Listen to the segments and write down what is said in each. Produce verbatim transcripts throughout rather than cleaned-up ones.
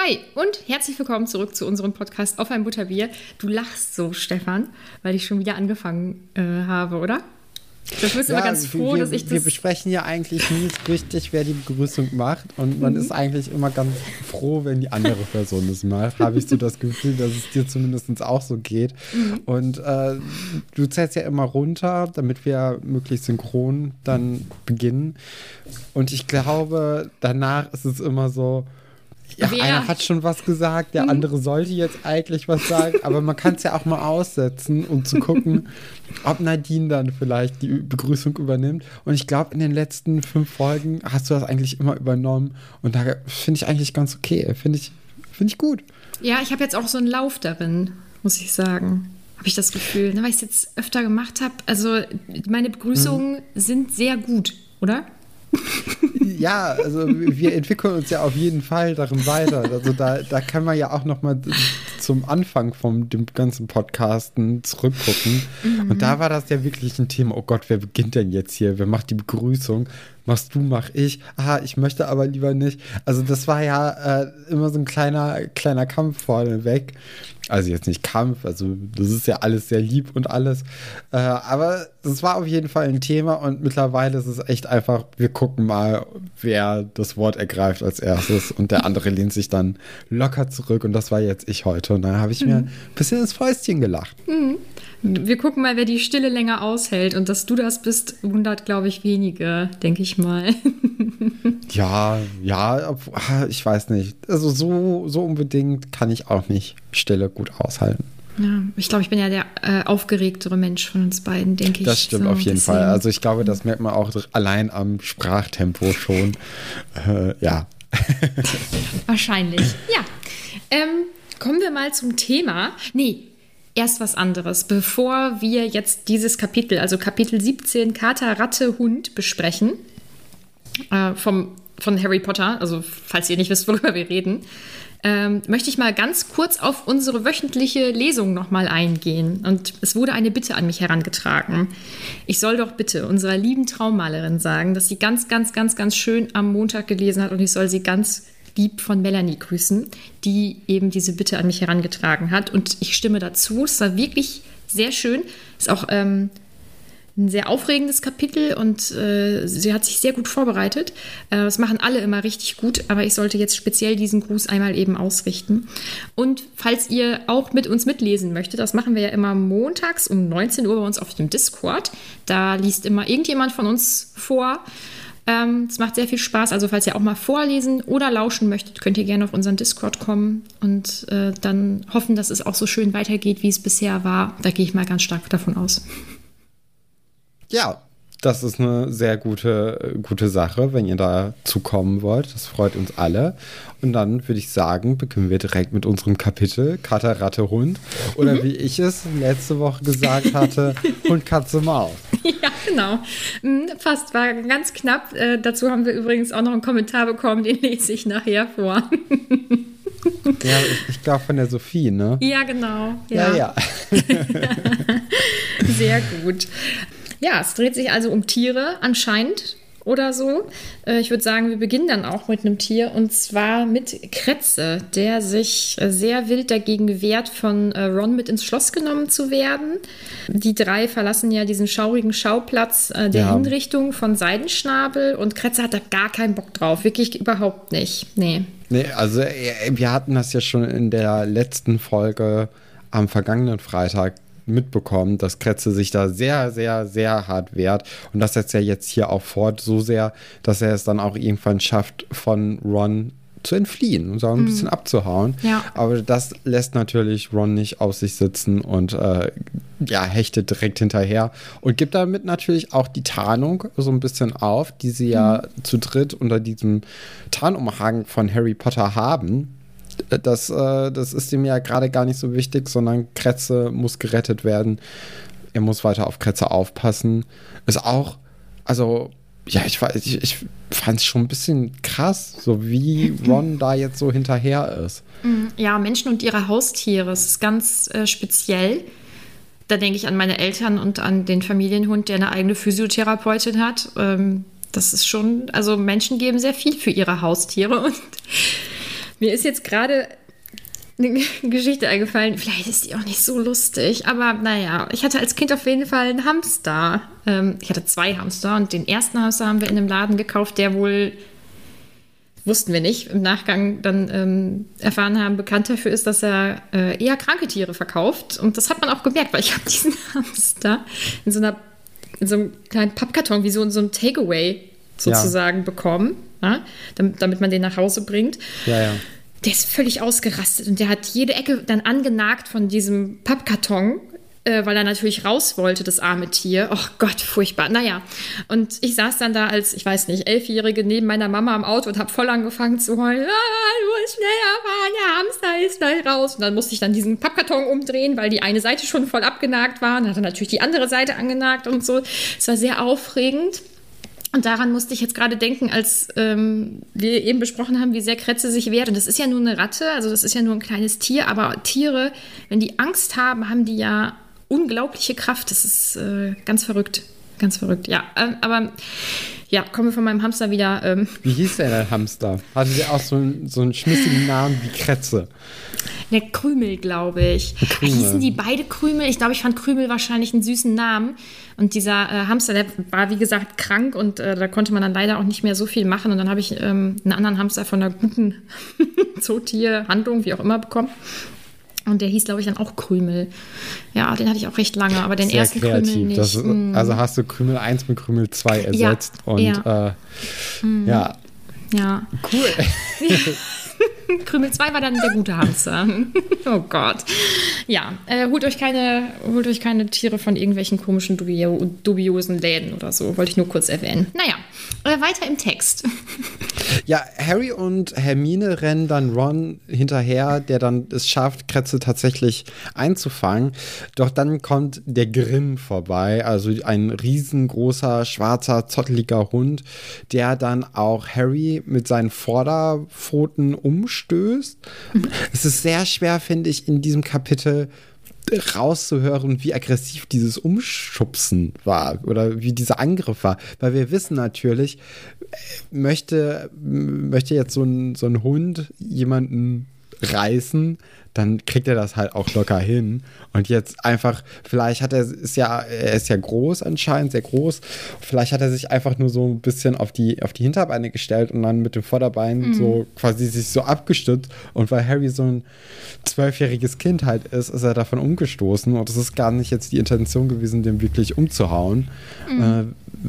Hi und herzlich willkommen zurück zu unserem Podcast Auf ein Butterbier. Du lachst so, Stefan, weil ich schon wieder angefangen äh, habe, oder? Du bist ja, immer ganz froh, wir, dass ich das... Wir besprechen ja eigentlich nie richtig, wer die Begrüßung macht. Und man mhm. ist eigentlich immer ganz froh, wenn die andere Person es macht. Habe ich so das Gefühl, dass es dir zumindest auch so geht. Mhm. Und äh, du zählst ja immer runter, damit wir möglichst synchron dann beginnen. Und ich glaube, danach ist es immer so... Ja, Wer? Einer hat schon was gesagt, der andere sollte jetzt eigentlich was sagen, aber man kann es ja auch mal aussetzen, um zu gucken, ob Nadine dann vielleicht die Begrüßung übernimmt. Und ich glaube, in den letzten fünf Folgen hast du das eigentlich immer übernommen und da finde ich eigentlich ganz okay, finde ich, find ich gut. Ja, ich habe jetzt auch so einen Lauf darin, muss ich sagen. Habe ich das Gefühl, ne, weil ich es jetzt öfter gemacht habe. Also meine Begrüßungen hm. sind sehr gut, oder? Ja, also wir entwickeln uns ja auf jeden Fall darin weiter. Also da, da kann man ja auch noch mal zum Anfang von dem ganzen Podcasten zurückgucken. Mhm. Und da war das ja wirklich ein Thema. Oh Gott, wer beginnt denn jetzt hier? Wer macht die Begrüßung? Machst du, mach ich. Aha, ich möchte aber lieber nicht. Also das war ja äh, immer so ein kleiner, kleiner Kampf vorneweg. Also jetzt nicht Kampf, also das ist ja alles sehr lieb und alles. Äh, aber das war auf jeden Fall ein Thema und mittlerweile ist es echt einfach, wir gucken mal, wer das Wort ergreift als erstes und der andere lehnt sich dann locker zurück und das war jetzt ich heute. Und dann habe ich mhm. mir ein bisschen ins Fäustchen gelacht. Mhm. Wir gucken mal, wer die Stille länger aushält und dass du das bist, wundert, glaube ich, wenige, denke ich mal. Ja, ja, ich weiß nicht. Also so, so unbedingt kann ich auch nicht Stille gut aushalten. Ja, ich glaube, ich bin ja der äh, aufgeregtere Mensch von uns beiden, denke ich. Das stimmt so, auf jeden deswegen. Fall. Also ich glaube, das merkt man auch allein am Sprachtempo schon. Äh, ja. Wahrscheinlich, ja. Ähm, kommen wir mal zum Thema. Nee, erst was anderes. Bevor wir jetzt dieses Kapitel, also Kapitel siebzehn, Kater, Ratte, Hund besprechen, äh, vom, von Harry Potter, also falls ihr nicht wisst, worüber wir reden, ähm, möchte ich mal ganz kurz auf unsere wöchentliche Lesung nochmal eingehen. Und es wurde eine Bitte an mich herangetragen. Ich soll doch bitte unserer lieben Traummalerin sagen, dass sie ganz, ganz, ganz, ganz schön am Montag gelesen hat und ich soll sie ganz lieb von Melanie grüßen, die eben diese Bitte an mich herangetragen hat. Und ich stimme dazu. Es war wirklich sehr schön. Ist auch ähm, ein sehr aufregendes Kapitel und äh, sie hat sich sehr gut vorbereitet. Äh, das machen alle immer richtig gut, aber ich sollte jetzt speziell diesen Gruß einmal eben ausrichten. Und falls ihr auch mit uns mitlesen möchtet, das machen wir ja immer montags um neunzehn Uhr bei uns auf dem Discord. Da liest immer irgendjemand von uns vor. Ähm, es macht sehr viel Spaß, also falls ihr auch mal vorlesen oder lauschen möchtet, könnt ihr gerne auf unseren Discord kommen und äh, dann hoffen, dass es auch so schön weitergeht, wie es bisher war. Da gehe ich mal ganz stark davon aus. Ja, das ist eine sehr gute, gute Sache, wenn ihr dazu kommen wollt. Das freut uns alle. Und dann würde ich sagen, beginnen wir direkt mit unserem Kapitel Kater, Ratte, Hund. Oder mhm. wie ich es letzte Woche gesagt hatte, Hund, Katze, Maus. Ja, genau. Fast, war ganz knapp. Äh, dazu haben wir übrigens auch noch einen Kommentar bekommen, den lese ich nachher vor. Ja, ich, ich glaube von der Sophie, ne? Ja, genau. Ja, ja. ja. Sehr gut. Ja, es dreht sich also um Tiere anscheinend oder so. Äh, ich würde sagen, wir beginnen dann auch mit einem Tier und zwar mit Kretze, der sich äh, sehr wild dagegen wehrt, von äh, Ron mit ins Schloss genommen zu werden. Die drei verlassen ja diesen schaurigen Schauplatz äh, der ja. Hinrichtung von Seidenschnabel und Kretze hat da gar keinen Bock drauf, wirklich überhaupt nicht. Nee. Nee, also äh, wir hatten das ja schon in der letzten Folge am vergangenen Freitag mitbekommen, dass Kretze sich da sehr, sehr, sehr hart wehrt und das setzt er jetzt hier auch fort, so sehr, dass er es dann auch irgendwann schafft, von Ron zu entfliehen und so ein mm. bisschen abzuhauen. Ja. Aber das lässt natürlich Ron nicht auf sich sitzen und äh, ja, hechtet direkt hinterher und gibt damit natürlich auch die Tarnung so ein bisschen auf, die sie mm. ja zu dritt unter diesem Tarnumhang von Harry Potter haben. Das, äh, das ist ihm ja gerade gar nicht so wichtig, sondern Kretze muss gerettet werden. Er muss weiter auf Kretze aufpassen. Ist auch, also, ja, ich, ich, ich fand es schon ein bisschen krass, so wie Ron da jetzt so hinterher ist. Ja, Menschen und ihre Haustiere, es ist ganz äh, speziell. Da denke ich an meine Eltern und an den Familienhund, der eine eigene Physiotherapeutin hat. Ähm, das ist schon, also Menschen geben sehr viel für ihre Haustiere und Mir ist jetzt gerade eine Geschichte eingefallen. Vielleicht ist die auch nicht so lustig, aber naja, ich hatte als Kind auf jeden Fall einen Hamster. Ähm, ich hatte zwei Hamster und den ersten Hamster haben wir in einem Laden gekauft, der wohl, wussten wir nicht, im Nachgang dann ähm, erfahren haben, bekannt dafür ist, dass er äh, eher kranke Tiere verkauft. Und das hat man auch gemerkt, weil ich habe diesen Hamster in so einer in so einem kleinen Pappkarton, wie so in so einem Takeaway sozusagen ja. bekommen, ja, damit, damit man den nach Hause bringt. Ja, ja. Der ist völlig ausgerastet und der hat jede Ecke dann angenagt von diesem Pappkarton, äh, weil er natürlich raus wollte, das arme Tier. Oh Gott, furchtbar. Naja, und ich saß dann da als, ich weiß nicht, Elfjährige neben meiner Mama am Auto und habe voll angefangen zu heulen. Ah, du musst schneller fahren, der Hamster ist gleich raus. Und dann musste ich dann diesen Pappkarton umdrehen, weil die eine Seite schon voll abgenagt war. Dann hat er natürlich die andere Seite angenagt und so. Es war sehr aufregend. Und daran musste ich jetzt gerade denken, als ähm, wir eben besprochen haben, wie sehr Kretze sich wehrt. Und das ist ja nur eine Ratte, also das ist ja nur ein kleines Tier. Aber Tiere, wenn die Angst haben, haben die ja unglaubliche Kraft. Das ist äh, ganz verrückt. Ganz verrückt, ja. Ähm, aber ja, kommen wir von meinem Hamster wieder. Ähm. Wie hieß der denn Hamster? Hatte der auch so, ein, so einen schmissigen Namen wie Kretze? Der Krümel, glaube ich. Krümel. Hießen die beide Krümel? Ich glaube, ich fand Krümel wahrscheinlich einen süßen Namen. Und dieser äh, Hamster, der war, wie gesagt, krank und äh, da konnte man dann leider auch nicht mehr so viel machen. Und dann habe ich ähm, einen anderen Hamster von einer guten Zootierhandlung, wie auch immer, bekommen. Und der hieß, glaube ich, dann auch Krümel. Ja, den hatte ich auch recht lange, aber den Sehr ersten kreativ. Krümel nicht. Das, also hast du Krümel eins mit Krümel zwei ersetzt. Ja, und ja. Äh, mm. ja. Ja. Cool. Krümel zwei war dann der gute Hamster. Oh Gott. Ja, äh, holt euch keine, holt euch keine Tiere von irgendwelchen komischen, dubio, dubiosen Läden oder so. Wollte ich nur kurz erwähnen. Naja, äh, weiter im Text. Ja, Harry und Hermine rennen dann Ron hinterher, der dann es schafft, Kretze tatsächlich einzufangen. Doch dann kommt der Grimm vorbei, also ein riesengroßer, schwarzer, zotteliger Hund, der dann auch Harry mit seinen Vorderpfoten umstößt. Mhm. Es ist sehr schwer, finde ich, in diesem Kapitel rauszuhören, wie aggressiv dieses Umschubsen war oder wie dieser Angriff war. Weil wir wissen natürlich, möchte, möchte jetzt so ein, so ein Hund jemanden reißen, dann kriegt er das halt auch locker hin. Und jetzt einfach, vielleicht hat er, ist ja, er ist ja groß anscheinend, sehr groß. Vielleicht hat er sich einfach nur so ein bisschen auf die, auf die Hinterbeine gestellt und dann mit dem Vorderbein mhm. so quasi sich so abgestützt. Und weil Harry so ein zwölfjähriges Kind halt ist, ist er davon umgestoßen. Und es ist gar nicht jetzt die Intention gewesen, den wirklich umzuhauen. Mhm. Äh,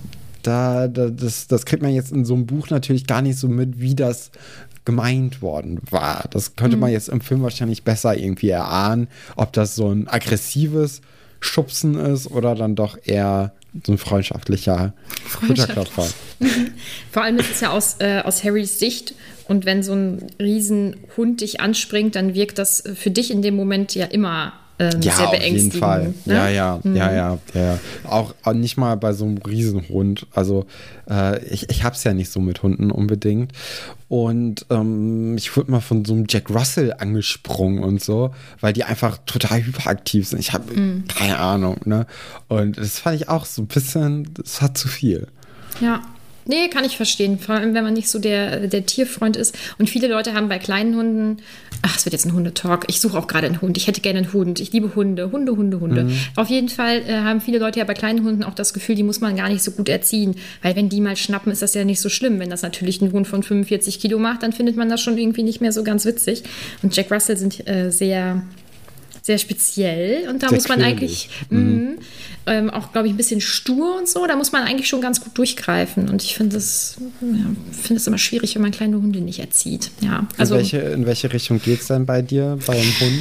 da, da, das, das kriegt man jetzt in so einem Buch natürlich gar nicht so mit, wie das gemeint worden war. Das könnte man jetzt im Film wahrscheinlich besser irgendwie erahnen, ob das so ein aggressives Schubsen ist oder dann doch eher so ein freundschaftlicher Futterklopfer. Vor allem ist es ja aus, äh, aus Harrys Sicht und wenn so ein Riesenhund dich anspringt, dann wirkt das für dich in dem Moment ja immer Ähm, ja, sehr auf jeden Fall. Ne? Ja, ja, mhm. ja, ja, ja. Auch, auch nicht mal bei so einem Riesenhund. Also äh, ich, ich hab's ja nicht so mit Hunden unbedingt. Und ähm, ich wurde mal von so einem Jack Russell angesprungen und so, weil die einfach total hyperaktiv sind. Ich habe mhm. keine Ahnung, ne? Und das fand ich auch so ein bisschen, das hat zu viel. Ja. Nee, kann ich verstehen. Vor allem, wenn man nicht so der, der Tierfreund ist. Und viele Leute haben bei kleinen Hunden, ach, es wird jetzt ein Hundetalk. Ich suche auch gerade einen Hund. Ich hätte gerne einen Hund. Ich liebe Hunde. Hunde, Hunde, Hunde. Mhm. Auf jeden Fall äh, haben viele Leute ja bei kleinen Hunden auch das Gefühl, die muss man gar nicht so gut erziehen. Weil wenn die mal schnappen, ist das ja nicht so schlimm. Wenn das natürlich ein Hund von fünfundvierzig Kilo macht, dann findet man das schon irgendwie nicht mehr so ganz witzig. Und Jack Russell sind äh, sehr... sehr speziell und da sehr muss man quirlig. eigentlich mhm. mh, ähm, auch, glaube ich, ein bisschen stur und so, da muss man eigentlich schon ganz gut durchgreifen und ich finde es ja, find immer schwierig, wenn man kleine Hunde nicht erzieht. Ja, also, in, welche, in welche Richtung geht es denn bei dir, bei einem Hund?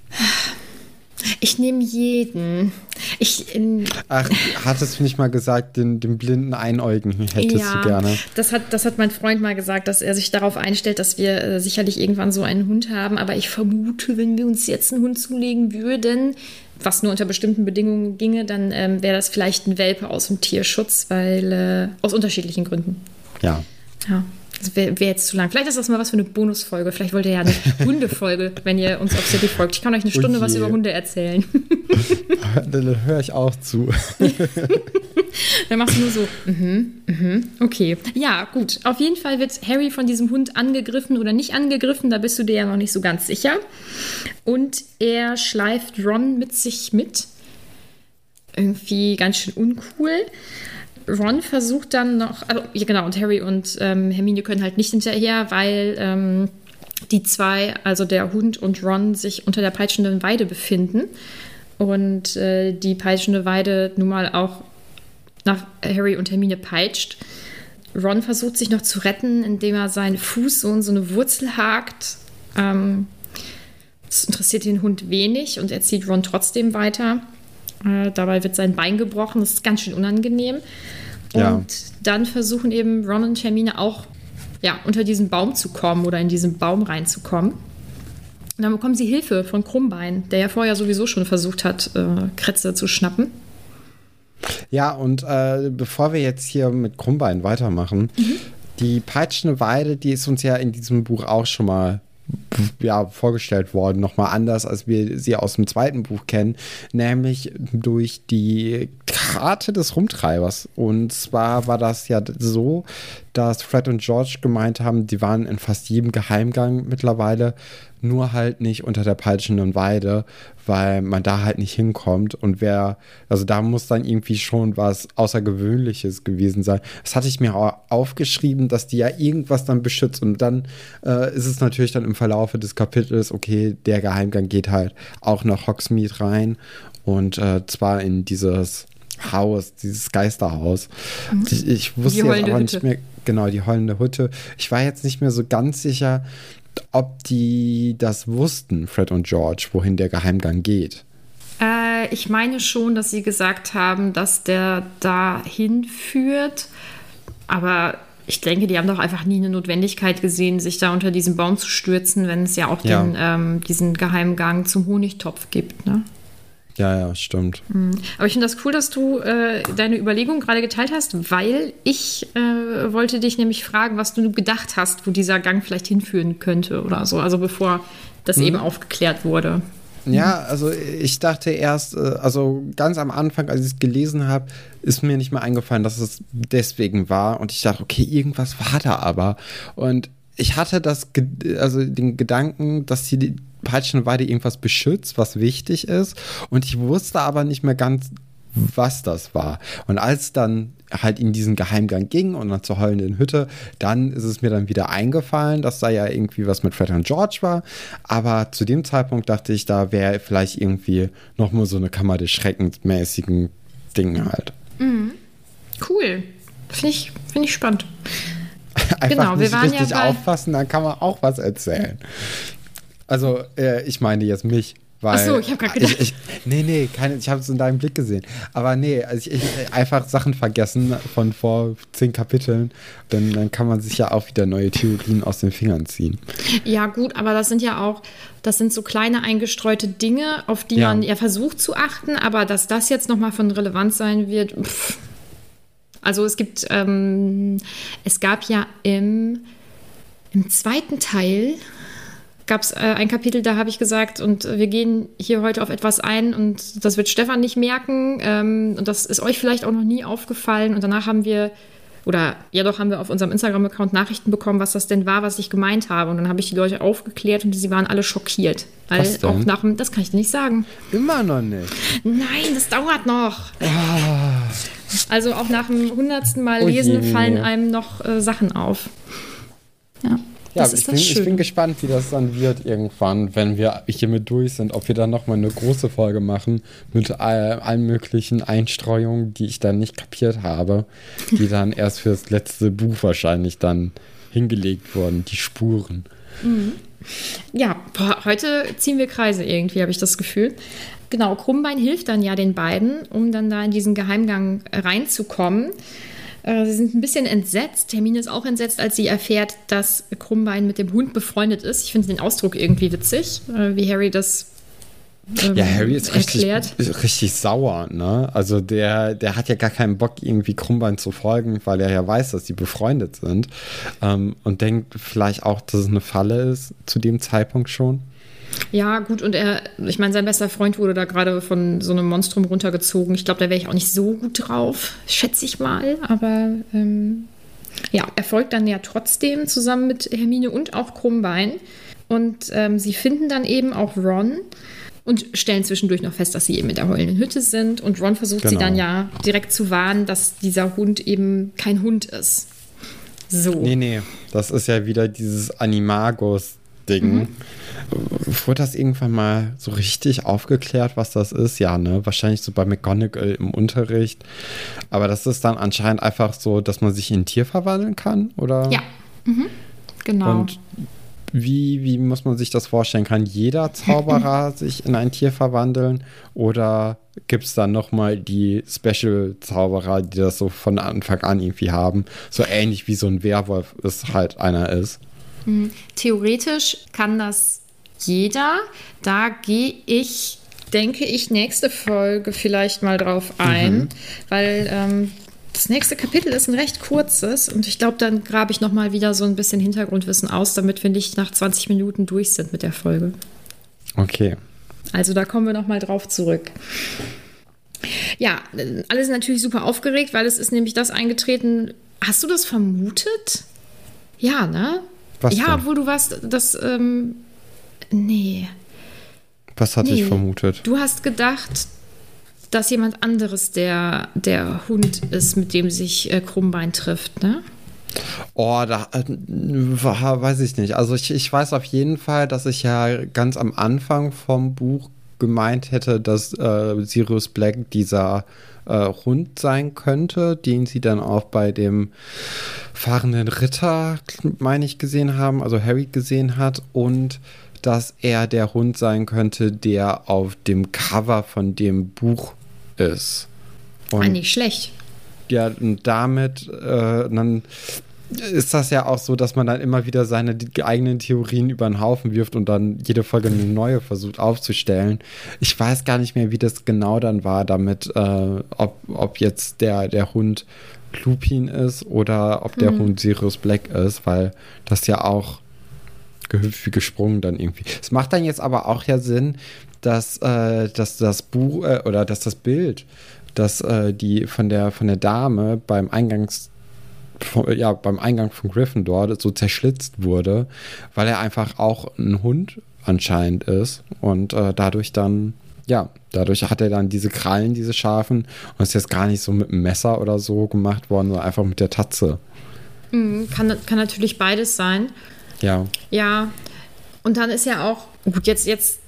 Ich nehme jeden. Ich, in, Ach, hattest du nicht mal gesagt, den, den blinden Einäugigen hättest ja, du gerne? Das hat, das hat mein Freund mal gesagt, dass er sich darauf einstellt, dass wir äh, sicherlich irgendwann so einen Hund haben. Aber ich vermute, wenn wir uns jetzt einen Hund zulegen würden, was nur unter bestimmten Bedingungen ginge, dann ähm, wäre das vielleicht ein Welpe aus dem Tierschutz, weil äh, aus unterschiedlichen Gründen. Ja. Ja. Das wäre wär jetzt zu lang. Vielleicht ist das mal was für eine Bonusfolge. Vielleicht wollt ihr ja eine Hundefolge, wenn ihr uns auf City folgt. Ich kann euch eine Stunde was über Hunde erzählen. Dann höre ich auch zu. Dann machst du nur so, mhm, mhm, okay. Ja, gut. Auf jeden Fall wird Harry von diesem Hund angegriffen oder nicht angegriffen. Da bist du dir ja noch nicht so ganz sicher. Und er schleift Ron mit sich mit. Irgendwie ganz schön uncool. Ron versucht dann noch, also, ja, genau, und Harry und ähm, Hermine können halt nicht hinterher, weil ähm, die zwei, also der Hund und Ron, sich unter der peitschenden Weide befinden. Und äh, die peitschende Weide nun mal auch nach Harry und Hermine peitscht. Ron versucht sich noch zu retten, indem er seinen Fuß so in so eine Wurzel hakt. Ähm, das interessiert den Hund wenig und er zieht Ron trotzdem weiter. Äh, dabei wird sein Bein gebrochen. Das ist ganz schön unangenehm. Und ja. Dann versuchen eben Ron und Hermine auch ja, unter diesen Baum zu kommen oder in diesen Baum reinzukommen. Und dann bekommen sie Hilfe von Krummbein, der ja vorher sowieso schon versucht hat, äh, Kretze zu schnappen. Ja, und äh, bevor wir jetzt hier mit Krummbein weitermachen, mhm. die peitschende Weide, die ist uns ja in diesem Buch auch schon mal ja, vorgestellt worden, nochmal anders, als wir sie aus dem zweiten Buch kennen, nämlich durch die Karte des Rumtreibers. Und zwar war das ja so, dass Fred und George gemeint haben, die waren in fast jedem Geheimgang mittlerweile, nur halt nicht unter der peitschenden Weide, weil man da halt nicht hinkommt. Und wer, also da muss dann irgendwie schon was Außergewöhnliches gewesen sein. Das hatte ich mir auch aufgeschrieben, dass die ja irgendwas dann beschützt. Und dann äh, ist es natürlich dann im Verlaufe des Kapitels, okay, der Geheimgang geht halt auch nach Hogsmeade rein. Und äh, zwar in dieses Haus, dieses Geisterhaus. Mhm. Ich, ich wusste jetzt aber nicht mehr, genau, die heulende Hütte. Ich war jetzt nicht mehr so ganz sicher, ob die das wussten, Fred und George, wohin der Geheimgang geht. Äh, ich meine schon, dass sie gesagt haben, dass der dahin führt. Aber ich denke, die haben doch einfach nie eine Notwendigkeit gesehen, sich da unter diesen Baum zu stürzen, wenn es ja auch ja. Den, ähm, diesen Geheimgang zum Honigtopf gibt, ne? Ja, ja, stimmt. Aber ich finde das cool, dass du äh, deine Überlegung gerade geteilt hast, weil ich äh, wollte dich nämlich fragen, was du gedacht hast, wo dieser Gang vielleicht hinführen könnte oder so, also bevor das hm. eben aufgeklärt wurde. Ja, also ich dachte erst, also ganz am Anfang, als ich es gelesen habe, ist mir nicht mehr eingefallen, dass es deswegen war und ich dachte, okay, irgendwas war da aber und ich hatte das, also den Gedanken, dass die peitschende Weide irgendwas beschützt, was wichtig ist. Und ich wusste aber nicht mehr ganz, was das war. Und als dann halt in diesen Geheimgang ging und dann zur heulenden Hütte, dann ist es mir dann wieder eingefallen, dass da ja irgendwie was mit Fred und George war. Aber zu dem Zeitpunkt dachte ich, da wäre vielleicht irgendwie noch mal so eine Kammer des Schreckens mäßigen Dingen halt. Mhm. Cool. Finde ich, find ich spannend. Einfach genau, nicht wir waren richtig ja bei aufpassen, dann kann man auch was erzählen. Also, äh, ich meine jetzt mich, weil... Ach so, ich habe gerade gedacht... Ich, ich, nee, nee, keine, ich habe es in deinem Blick gesehen. Aber nee, also ich, ich einfach Sachen vergessen von vor zehn Kapiteln, dann, dann kann man sich ja auch wieder neue Theorien aus den Fingern ziehen. Ja gut, aber das sind ja auch, das sind so kleine eingestreute Dinge, auf die ja. man ja versucht zu achten, aber dass das jetzt nochmal von Relevanz sein wird, pff. Also es gibt, ähm, es gab ja im, im zweiten Teil gab es äh, ein Kapitel, da habe ich gesagt, und wir gehen hier heute auf etwas ein und das wird Stefan nicht merken ähm, und das ist euch vielleicht auch noch nie aufgefallen und danach haben wir, oder ja doch, haben wir auf unserem Instagram-Account Nachrichten bekommen, was das denn war, was ich gemeint habe und dann habe ich die Leute aufgeklärt und sie waren alle schockiert. Weil was denn? Auch nach dem, das kann ich dir nicht sagen. Immer noch nicht. Nein, das dauert noch. Oh. Also auch nach dem hundertsten Mal oh lesen je. fallen einem noch äh, Sachen auf. Ja, ja das ich, ist bin, das ich bin gespannt, wie das dann wird irgendwann, wenn wir hiermit durch sind, ob wir dann nochmal eine große Folge machen mit all, allen möglichen Einstreuungen, die ich dann nicht kapiert habe, die dann erst fürs letzte Buch wahrscheinlich dann hingelegt wurden, die Spuren. Mhm. Ja, boah, heute ziehen wir Kreise irgendwie, habe ich das Gefühl. Genau, Krummbein hilft dann ja den beiden, um dann da in diesen Geheimgang reinzukommen. Äh, sie sind ein bisschen entsetzt. Hermine ist auch entsetzt, als sie erfährt, dass Krummbein mit dem Hund befreundet ist. Ich finde den Ausdruck irgendwie witzig, äh, wie Harry das ähm, ja, Harry ist erklärt. Richtig, richtig sauer, ne? Also der, der hat ja gar keinen Bock, irgendwie Krummbein zu folgen, weil er ja weiß, dass die befreundet sind. Ähm, und denkt vielleicht auch, dass es eine Falle ist, zu dem Zeitpunkt schon. Ja, gut, und er, ich meine, sein bester Freund wurde da gerade von so einem Monstrum runtergezogen. Ich glaube, da wäre ich auch nicht so gut drauf, schätze ich mal. Aber ähm, ja, er folgt dann ja trotzdem zusammen mit Hermine und auch Krummbein. Und ähm, sie finden dann eben auch Ron und stellen zwischendurch noch fest, dass sie eben in der heulenden Hütte sind. Und Ron versucht genau. sie dann ja direkt zu warnen, dass dieser Hund eben kein Hund ist. So. Nee, nee, das ist ja wieder dieses Animagus-Ding. Mhm. Wurde das irgendwann mal so richtig aufgeklärt, was das ist? Ja, ne? Wahrscheinlich so bei McGonagall im Unterricht. Aber das ist dann anscheinend einfach so, dass man sich in ein Tier verwandeln kann, oder? Ja, mhm. Genau. Und wie, wie muss man sich das vorstellen? Kann jeder Zauberer sich in ein Tier verwandeln? Oder gibt es dann nochmal die Special-Zauberer, die das so von Anfang an irgendwie haben? So ähnlich wie so ein Werwolf es halt einer ist. Theoretisch kann das jeder. Da gehe ich, denke ich, nächste Folge vielleicht mal drauf ein, mhm. weil ähm, das nächste Kapitel ist ein recht kurzes und ich glaube, dann grabe ich nochmal wieder so ein bisschen Hintergrundwissen aus, damit wir nicht nach zwanzig Minuten durch sind mit der Folge. Okay. Also da kommen wir nochmal drauf zurück. Ja, alle sind natürlich super aufgeregt, weil es ist nämlich das eingetreten. Hast du das vermutet? Ja, ne? Was ja, denn? obwohl du warst, das, ähm, nee. Was hatte nee. ich vermutet? Du hast gedacht, dass jemand anderes der, der Hund ist, mit dem sich äh, Krummbein trifft, ne? Oh, da äh, weiß ich nicht. Also ich, ich weiß auf jeden Fall, dass ich ja ganz am Anfang vom Buch gemeint hätte, dass äh, Sirius Black dieser äh, Hund sein könnte, den sie dann auch bei dem fahrenden Ritter, meine ich, gesehen haben, also Harry gesehen hat, und dass er der Hund sein könnte, der auf dem Cover von dem Buch ist. Und ah, nicht schlecht. ja, und damit äh, dann ist das ja auch so, dass man dann immer wieder seine eigenen Theorien über den Haufen wirft und dann jede Folge eine neue versucht aufzustellen. Ich weiß gar nicht mehr, wie das genau dann war damit, äh, ob, ob jetzt der, der Hund Lupin ist oder ob der hm. Hund Sirius Black ist, weil das ja auch gehüpft wie gesprungen dann irgendwie. Es macht dann jetzt aber auch ja Sinn, dass, äh, dass das Buch äh, oder dass das Bild, dass äh, die von der von der Dame beim Eingangs ja, beim Eingang von Gryffindor so zerschlitzt wurde, weil er einfach auch ein Hund anscheinend ist und äh, dadurch dann, ja, dadurch hat er dann diese Krallen, diese scharfen, und ist jetzt gar nicht so mit einem Messer oder so gemacht worden, sondern einfach mit der Tatze. Mhm, kann, kann natürlich beides sein. Ja. Ja, und dann ist ja auch, gut, jetzt, jetzt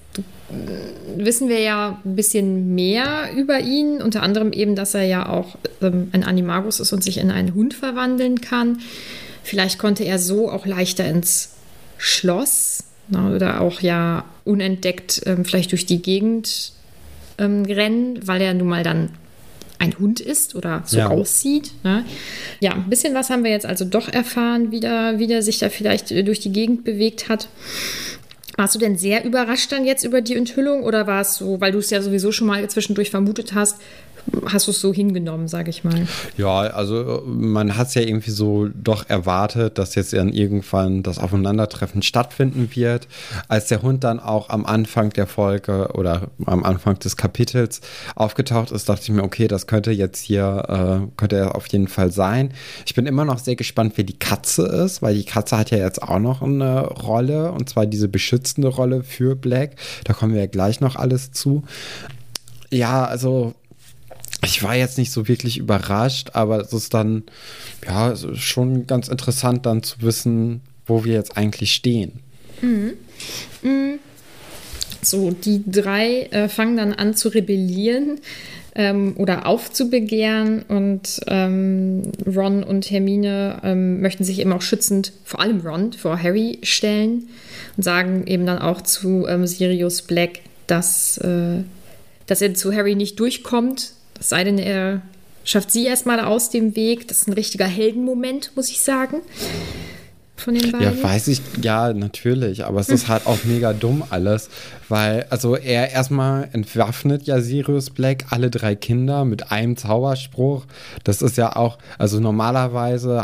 wissen wir ja ein bisschen mehr über ihn, unter anderem eben, dass er ja auch ähm, ein Animagus ist und sich in einen Hund verwandeln kann. Vielleicht konnte er so auch leichter ins Schloss, na, oder auch ja unentdeckt ähm, vielleicht durch die Gegend ähm, rennen, weil er nun mal dann ein Hund ist oder so ja. aussieht. Ne? Ja, ein bisschen was haben wir jetzt also doch erfahren, wie der, wie der sich da vielleicht durch die Gegend bewegt hat. Warst du denn sehr überrascht dann jetzt über die Enthüllung oder war es so, weil du es ja sowieso schon mal zwischendurch vermutet hast, hast du es so hingenommen, sage ich mal? Ja, also man hat es ja irgendwie so doch erwartet, dass jetzt dann irgendwann das Aufeinandertreffen stattfinden wird. Als der Hund dann auch am Anfang der Folge oder am Anfang des Kapitels aufgetaucht ist, dachte ich mir, okay, das könnte jetzt hier, äh, könnte er auf jeden Fall sein. Ich bin immer noch sehr gespannt, wer die Katze ist, weil die Katze hat ja jetzt auch noch eine Rolle, und zwar diese beschützende Rolle für Black. Da kommen wir ja gleich noch alles zu. Ja, also ich war jetzt nicht so wirklich überrascht, aber es ist dann ja es ist schon ganz interessant dann zu wissen, wo wir jetzt eigentlich stehen. Mhm. Mhm. So, die drei äh, fangen dann an zu rebellieren ähm, oder aufzubegehren, und ähm, Ron und Hermine ähm, möchten sich eben auch schützend, vor allem Ron, vor Harry stellen und sagen eben dann auch zu ähm, Sirius Black, dass, äh, dass er zu Harry nicht durchkommt. Es sei denn, er schafft sie erstmal aus dem Weg. Das ist ein richtiger Heldenmoment, muss ich sagen. Von den beiden. Ja, weiß ich, ja, natürlich. Aber es ist halt auch mega dumm alles. Weil, also er erstmal entwaffnet ja Sirius Black alle drei Kinder mit einem Zauberspruch. Das ist ja auch, also normalerweise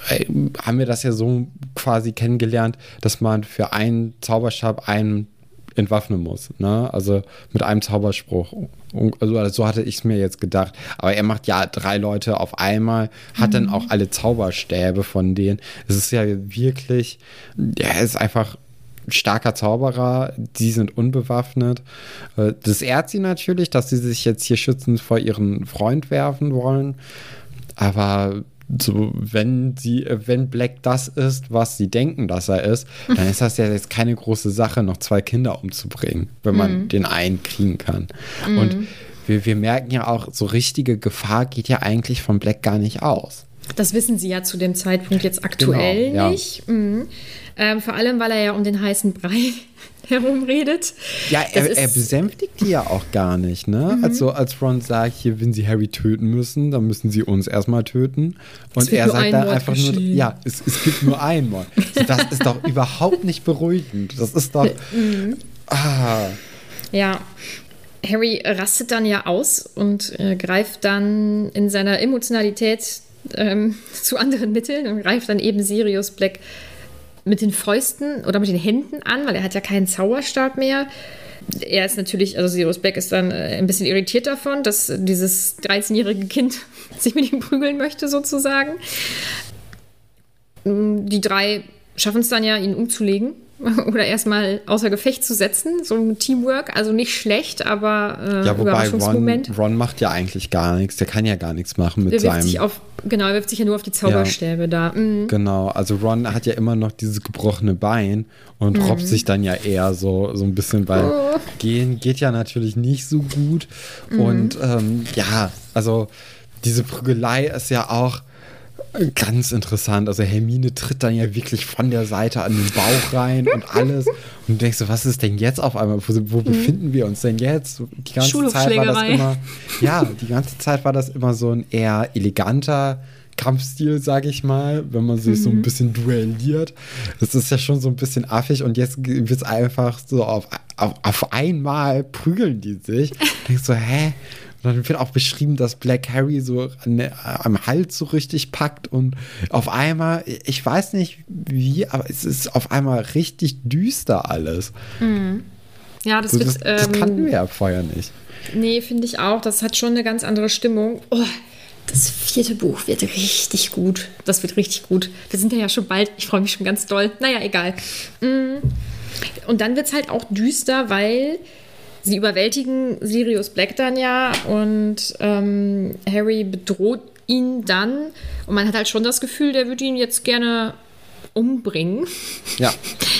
haben wir das ja so quasi kennengelernt, dass man für einen Zauberstab einen entwaffnen muss. Ne? Also mit einem Zauberspruch. Also so hatte ich es mir jetzt gedacht. Aber er macht ja drei Leute auf einmal, hat mhm. dann auch alle Zauberstäbe von denen. Es ist ja wirklich, er ist einfach ein starker Zauberer. Die sind unbewaffnet. Das ehrt sie natürlich, dass sie sich jetzt hier schützend vor ihren Freund werfen wollen. Aber so, wenn sie, wenn Black das ist, was sie denken, dass er ist, dann ist das ja jetzt keine große Sache, noch zwei Kinder umzubringen, wenn man mm. den einen kriegen kann. Mm. Und wir, wir merken ja auch, so richtige Gefahr geht ja eigentlich von Black gar nicht aus. Das wissen sie ja zu dem Zeitpunkt jetzt aktuell genau, nicht. Ja. Mhm. Ähm, vor allem, weil er ja um den heißen Brei herumredet. Ja, er, er besänftigt die ja auch gar nicht, ne? Mhm. Also als Ron sagt, hier, wenn sie Harry töten müssen, dann müssen sie uns erstmal töten. Und er sagt dann einfach nur, ja, es, es gibt nur einen Mord. So, das ist doch überhaupt nicht beruhigend. Das ist doch... Mhm. Ah. Ja, Harry rastet dann ja aus und äh, greift dann in seiner Emotionalität ähm, zu anderen Mitteln und greift dann eben Sirius Black mit den Fäusten oder mit den Händen an, weil er hat ja keinen Zauberstab mehr. Er ist natürlich, also Sirius Black ist dann äh, ein bisschen irritiert davon, dass dieses dreizehnjährige Kind sich mit ihm prügeln möchte, sozusagen. Die drei schaffen es dann ja, ihn umzulegen oder erstmal außer Gefecht zu setzen. So ein Teamwork, also nicht schlecht, aber äh, ja, wobei Ron, Ron macht ja eigentlich gar nichts. Der kann ja gar nichts machen mit der wirft seinem... Sich auf, genau, er wirft sich ja nur auf die Zauberstäbe ja, da. Mhm. Genau, also Ron hat ja immer noch dieses gebrochene Bein und mhm. robbt sich dann ja eher so, so ein bisschen, weil oh. gehen geht ja natürlich nicht so gut. Mhm. Und ähm, ja, also diese Prügelei ist ja auch ganz interessant. Also Hermine tritt dann ja wirklich von der Seite an den Bauch rein und alles. Und du denkst so, was ist denn jetzt auf einmal? Wo, wo mhm. befinden wir uns denn jetzt? Die ganze Zeit war das immer, ja, die ganze Zeit war das immer so ein eher eleganter Kampfstil, sage ich mal, wenn man sich mhm. so ein bisschen duelliert. Das ist ja schon so ein bisschen affig und jetzt wird es einfach so auf, auf, auf einmal prügeln die sich. Du denkst so, hä? Und dann wird auch beschrieben, dass Black Harry so an, am Hals so richtig packt und auf einmal, ich weiß nicht wie, aber es ist auf einmal richtig düster alles. Mhm. Ja, das, so, wird, das, das ähm, kannten wir ja vorher nicht. Nee, finde ich auch. Das hat schon eine ganz andere Stimmung. Oh, das vierte Buch wird richtig gut. Das wird richtig gut. Wir sind ja schon bald. Ich freue mich schon ganz doll. Naja, egal. Und dann wird es halt auch düster, weil sie überwältigen Sirius Black dann ja und ähm, Harry bedroht ihn dann und man hat halt schon das Gefühl, der würde ihn jetzt gerne umbringen. Ja.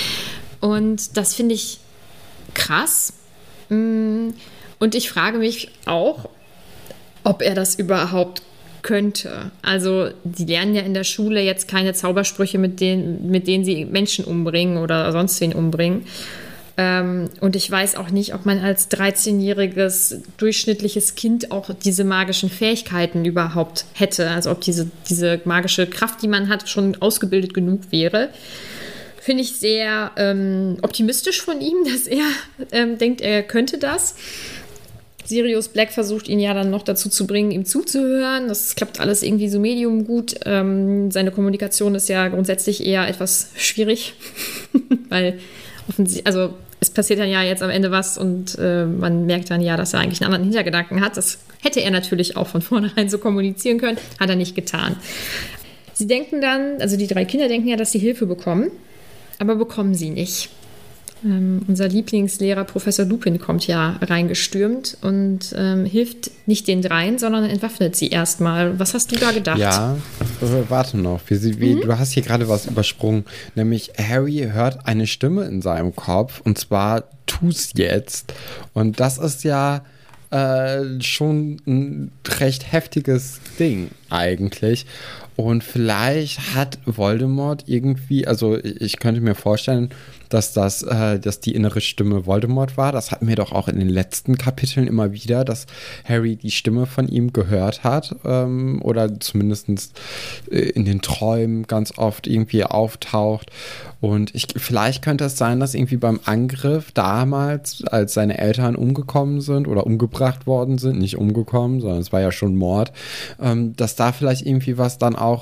Und das finde ich krass. Und ich frage mich auch, ob er das überhaupt könnte. Also die lernen ja in der Schule jetzt keine Zaubersprüche, mit denen, mit denen sie Menschen umbringen oder sonst wen umbringen. Ähm, und ich weiß auch nicht, ob man als dreizehnjähriges durchschnittliches Kind auch diese magischen Fähigkeiten überhaupt hätte. Also ob diese, diese magische Kraft, die man hat, schon ausgebildet genug wäre. Finde ich sehr ähm, optimistisch von ihm, dass er ähm, denkt, er könnte das. Sirius Black versucht ihn ja dann noch dazu zu bringen, ihm zuzuhören. Das klappt alles irgendwie so medium gut. Ähm, seine Kommunikation ist ja grundsätzlich eher etwas schwierig, weil offensichtlich, also es passiert dann ja jetzt am Ende was und äh, man merkt dann ja, dass er eigentlich einen anderen Hintergedanken hat. Das hätte er natürlich auch von vornherein so kommunizieren können, hat er nicht getan. Sie denken dann, also die drei Kinder denken ja, dass sie Hilfe bekommen, aber bekommen sie nicht. Ähm, unser Lieblingslehrer Professor Lupin kommt ja reingestürmt und ähm, hilft nicht den dreien, sondern entwaffnet sie erstmal. Was hast du da gedacht? Ja, äh, warte noch. Wie, wie, mhm. Du hast hier gerade was übersprungen. Nämlich Harry hört eine Stimme in seinem Kopf und zwar tu's jetzt. Und das ist ja äh, schon ein recht heftiges Ding eigentlich. Und vielleicht hat Voldemort irgendwie, also ich könnte mir vorstellen, dass das, äh, dass die innere Stimme Voldemort war. Das hatten wir doch auch in den letzten Kapiteln immer wieder, dass Harry die Stimme von ihm gehört hat ähm, oder zumindest in den Träumen ganz oft irgendwie auftaucht. Und ich, vielleicht könnte es sein, dass irgendwie beim Angriff damals, als seine Eltern umgekommen sind oder umgebracht worden sind, nicht umgekommen, sondern es war ja schon Mord, ähm, dass da vielleicht irgendwie was dann auch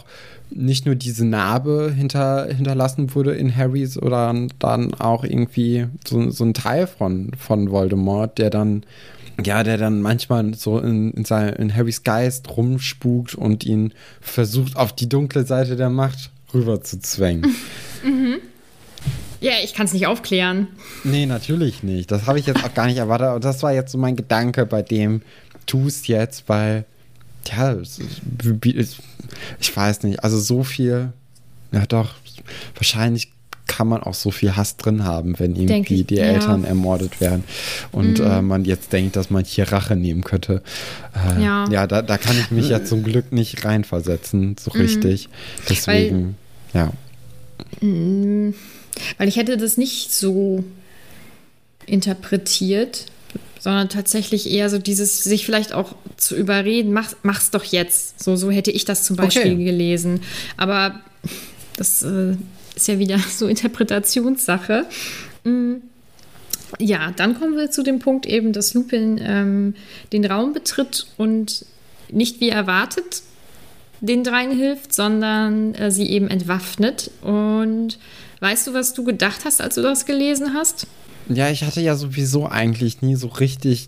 nicht nur diese Narbe hinter, hinterlassen wurde in Harrys, oder dann auch irgendwie so, so ein Teil von, von Voldemort, der dann, ja, der dann manchmal so in, in, sein, in Harrys Geist rumspukt und ihn versucht, auf die dunkle Seite der Macht rüber zu zwängen. Mhm. Ja, ich kann es nicht aufklären. Nee, natürlich nicht. Das habe ich jetzt auch gar nicht erwartet. Und das war jetzt so mein Gedanke bei dem, tu es jetzt, weil, ja, es ist, ich weiß nicht, also so viel, ja doch, wahrscheinlich kann man auch so viel Hass drin haben, wenn irgendwie ich, die ja. Eltern ermordet werden und mhm. äh, man jetzt denkt, dass man hier Rache nehmen könnte. Äh, ja, ja da, da kann ich mich ja zum Glück nicht reinversetzen, so mhm. richtig. Deswegen, weil, ja. Mhm. Weil ich hätte das nicht so interpretiert, sondern tatsächlich eher so dieses, sich vielleicht auch zu überreden, mach, mach's doch jetzt. So, so hätte ich das zum Beispiel okay. gelesen. Aber das äh, ist ja wieder so Interpretationssache. Ja, dann kommen wir zu dem Punkt eben, dass Lupin ähm, den Raum betritt und nicht wie erwartet den dreien hilft, sondern äh, sie eben entwaffnet. Und weißt du, was du gedacht hast, als du das gelesen hast? Ja, ich hatte ja sowieso eigentlich nie so richtig,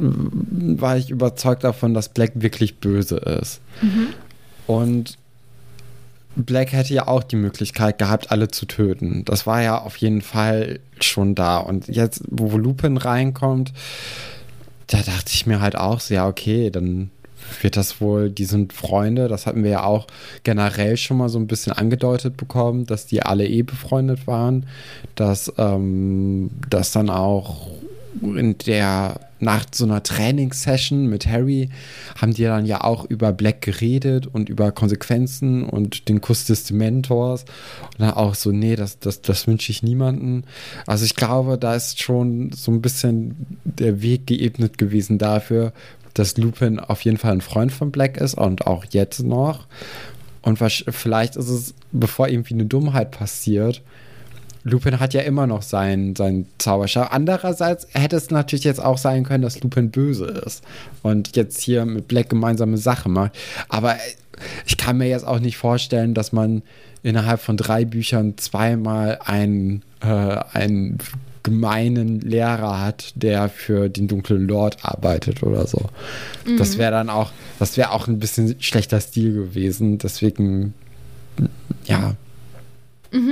war ich überzeugt davon, dass Black wirklich böse ist. Mhm. Und Black hätte ja auch die Möglichkeit gehabt, alle zu töten. Das war ja auf jeden Fall schon da. Und jetzt, wo Lupin reinkommt, da dachte ich mir halt auch so, ja, okay, dann wird das wohl, die sind Freunde, das hatten wir ja auch generell schon mal so ein bisschen angedeutet bekommen, dass die alle eh befreundet waren, dass ähm, das dann auch in der, nach so einer Trainingssession mit Harry haben die dann ja auch über Black geredet und über Konsequenzen und den Kuss des Mentors und dann auch so, nee, das, das, das wünsche ich niemanden. Also ich glaube, da ist schon so ein bisschen der Weg geebnet gewesen dafür, dass Lupin auf jeden Fall ein Freund von Black ist und auch jetzt noch. Und was, vielleicht ist es, bevor irgendwie eine Dummheit passiert, Lupin hat ja immer noch seinen, seinen Zauberstab. Andererseits hätte es natürlich jetzt auch sein können, dass Lupin böse ist und jetzt hier mit Black gemeinsame Sache macht. Aber ich kann mir jetzt auch nicht vorstellen, dass man innerhalb von drei Büchern zweimal einen, äh, einen gemeinen Lehrer hat, der für den dunklen Lord arbeitet oder so. Mhm. Das wäre dann auch, das wäre auch ein bisschen schlechter Stil gewesen. Deswegen, ja. Mhm.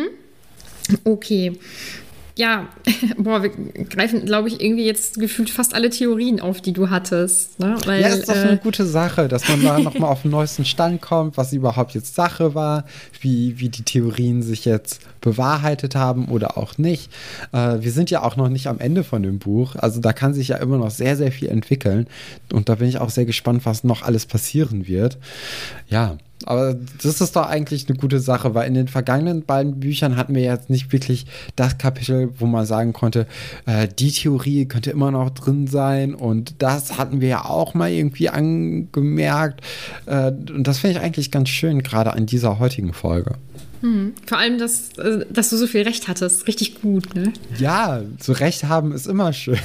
Okay. Ja, boah, wir greifen, glaube ich, irgendwie jetzt gefühlt fast alle Theorien auf, die du hattest. Ne? Weil, ja, ist doch äh, eine gute Sache, dass man da nochmal auf den neuesten Stand kommt, was überhaupt jetzt Sache war, wie, wie die Theorien sich jetzt bewahrheitet haben oder auch nicht. Äh, wir sind ja auch noch nicht am Ende von dem Buch, also da kann sich ja immer noch sehr, sehr viel entwickeln und da bin ich auch sehr gespannt, was noch alles passieren wird. Ja, aber das ist doch eigentlich eine gute Sache, weil in den vergangenen beiden Büchern hatten wir jetzt nicht wirklich das Kapitel, wo man sagen konnte, äh, die Theorie könnte immer noch drin sein und das hatten wir ja auch mal irgendwie angemerkt. Äh, und das finde ich eigentlich ganz schön, gerade an dieser heutigen Folge. Hm. Vor allem, dass, dass du so viel Recht hattest. Richtig gut, ne? Ja, so Recht haben ist immer schön.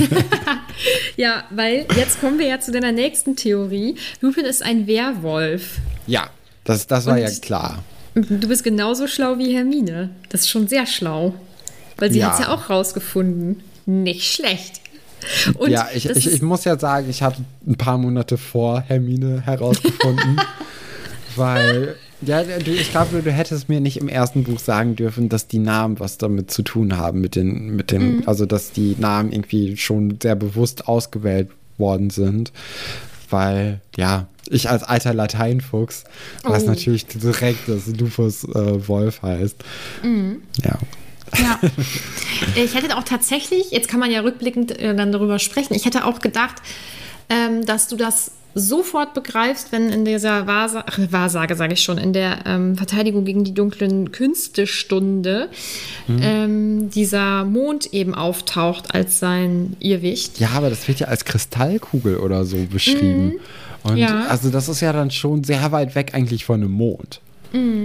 Ja, weil jetzt kommen wir ja zu deiner nächsten Theorie. Lupin ist ein Werwolf. Ja, das, das war Und ja klar. Du bist genauso schlau wie Hermine. Das ist schon sehr schlau. Weil sie ja. hat es ja auch rausgefunden. Nicht schlecht. Und ja, ich, ich, ich muss ja sagen, ich habe ein paar Monate vor Hermine herausgefunden. Weil... Ja, du, ich glaube, du hättest mir nicht im ersten Buch sagen dürfen, dass die Namen was damit zu tun haben, mit den, mit den, mhm. also dass die Namen irgendwie schon sehr bewusst ausgewählt worden sind. Weil, ja, ich als alter Lateinfuchs oh. weiß natürlich direkt, dass Lupus äh, Wolf heißt. Mhm. Ja. Ja. Ich hätte auch tatsächlich, jetzt kann man ja rückblickend äh, dann darüber sprechen, ich hätte auch gedacht, ähm, dass du das sofort begreifst, wenn in dieser Wahrsage, ach, Wahrsage sage ich schon, in der ähm, Verteidigung gegen die dunklen Künste-Stunde mhm. ähm, dieser Mond eben auftaucht als sein Irrwicht. Ja, aber das wird ja als Kristallkugel oder so beschrieben. Mhm. Und ja. also das ist ja dann schon sehr weit weg eigentlich von einem Mond. Mhm.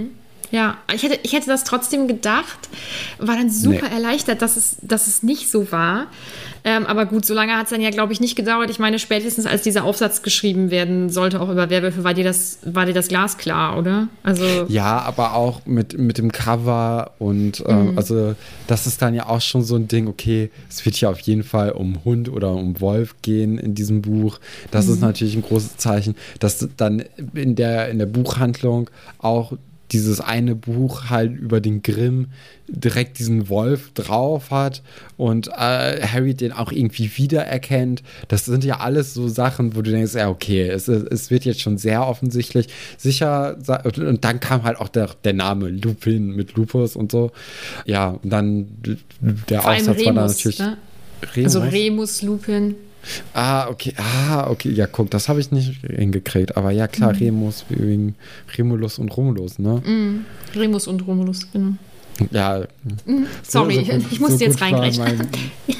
Ja, ich hätte, ich hätte das trotzdem gedacht, war dann super Nee. erleichtert, dass es, dass es nicht so war. Ähm, aber gut, so lange hat es dann ja, glaube ich, nicht gedauert. Ich meine, spätestens als dieser Aufsatz geschrieben werden sollte, auch über Werwölfe, war dir das, war dir das glasklar, oder? Also Ja, aber auch mit, mit dem Cover und ähm, Mhm. also das ist dann ja auch schon so ein Ding, okay, es wird hier auf jeden Fall um Hund oder um Wolf gehen in diesem Buch. Das ist natürlich ein großes Zeichen, dass dann in der, in der Buchhandlung auch dieses eine Buch halt über den Grimm direkt diesen Wolf drauf hat und äh, Harry den auch irgendwie wiedererkennt. Das sind ja alles so Sachen, wo du denkst, ja, okay, es, es wird jetzt schon sehr offensichtlich. Sicher, sa- und dann kam halt auch der, der Name Lupin mit Lupus und so. Ja, und dann der vor allem Aufsatz war dann Remus, natürlich ne? Remus. Also Remus Lupin. Ah, okay, ah, okay, ja, guck, das habe ich nicht hingekriegt. Aber ja, klar, Remus wegen Remulus und Romulus, ne? Mhm. Remus und Romulus, genau. Ja. Sorry, gut- ich musste jetzt gut war reingrätschen. mein-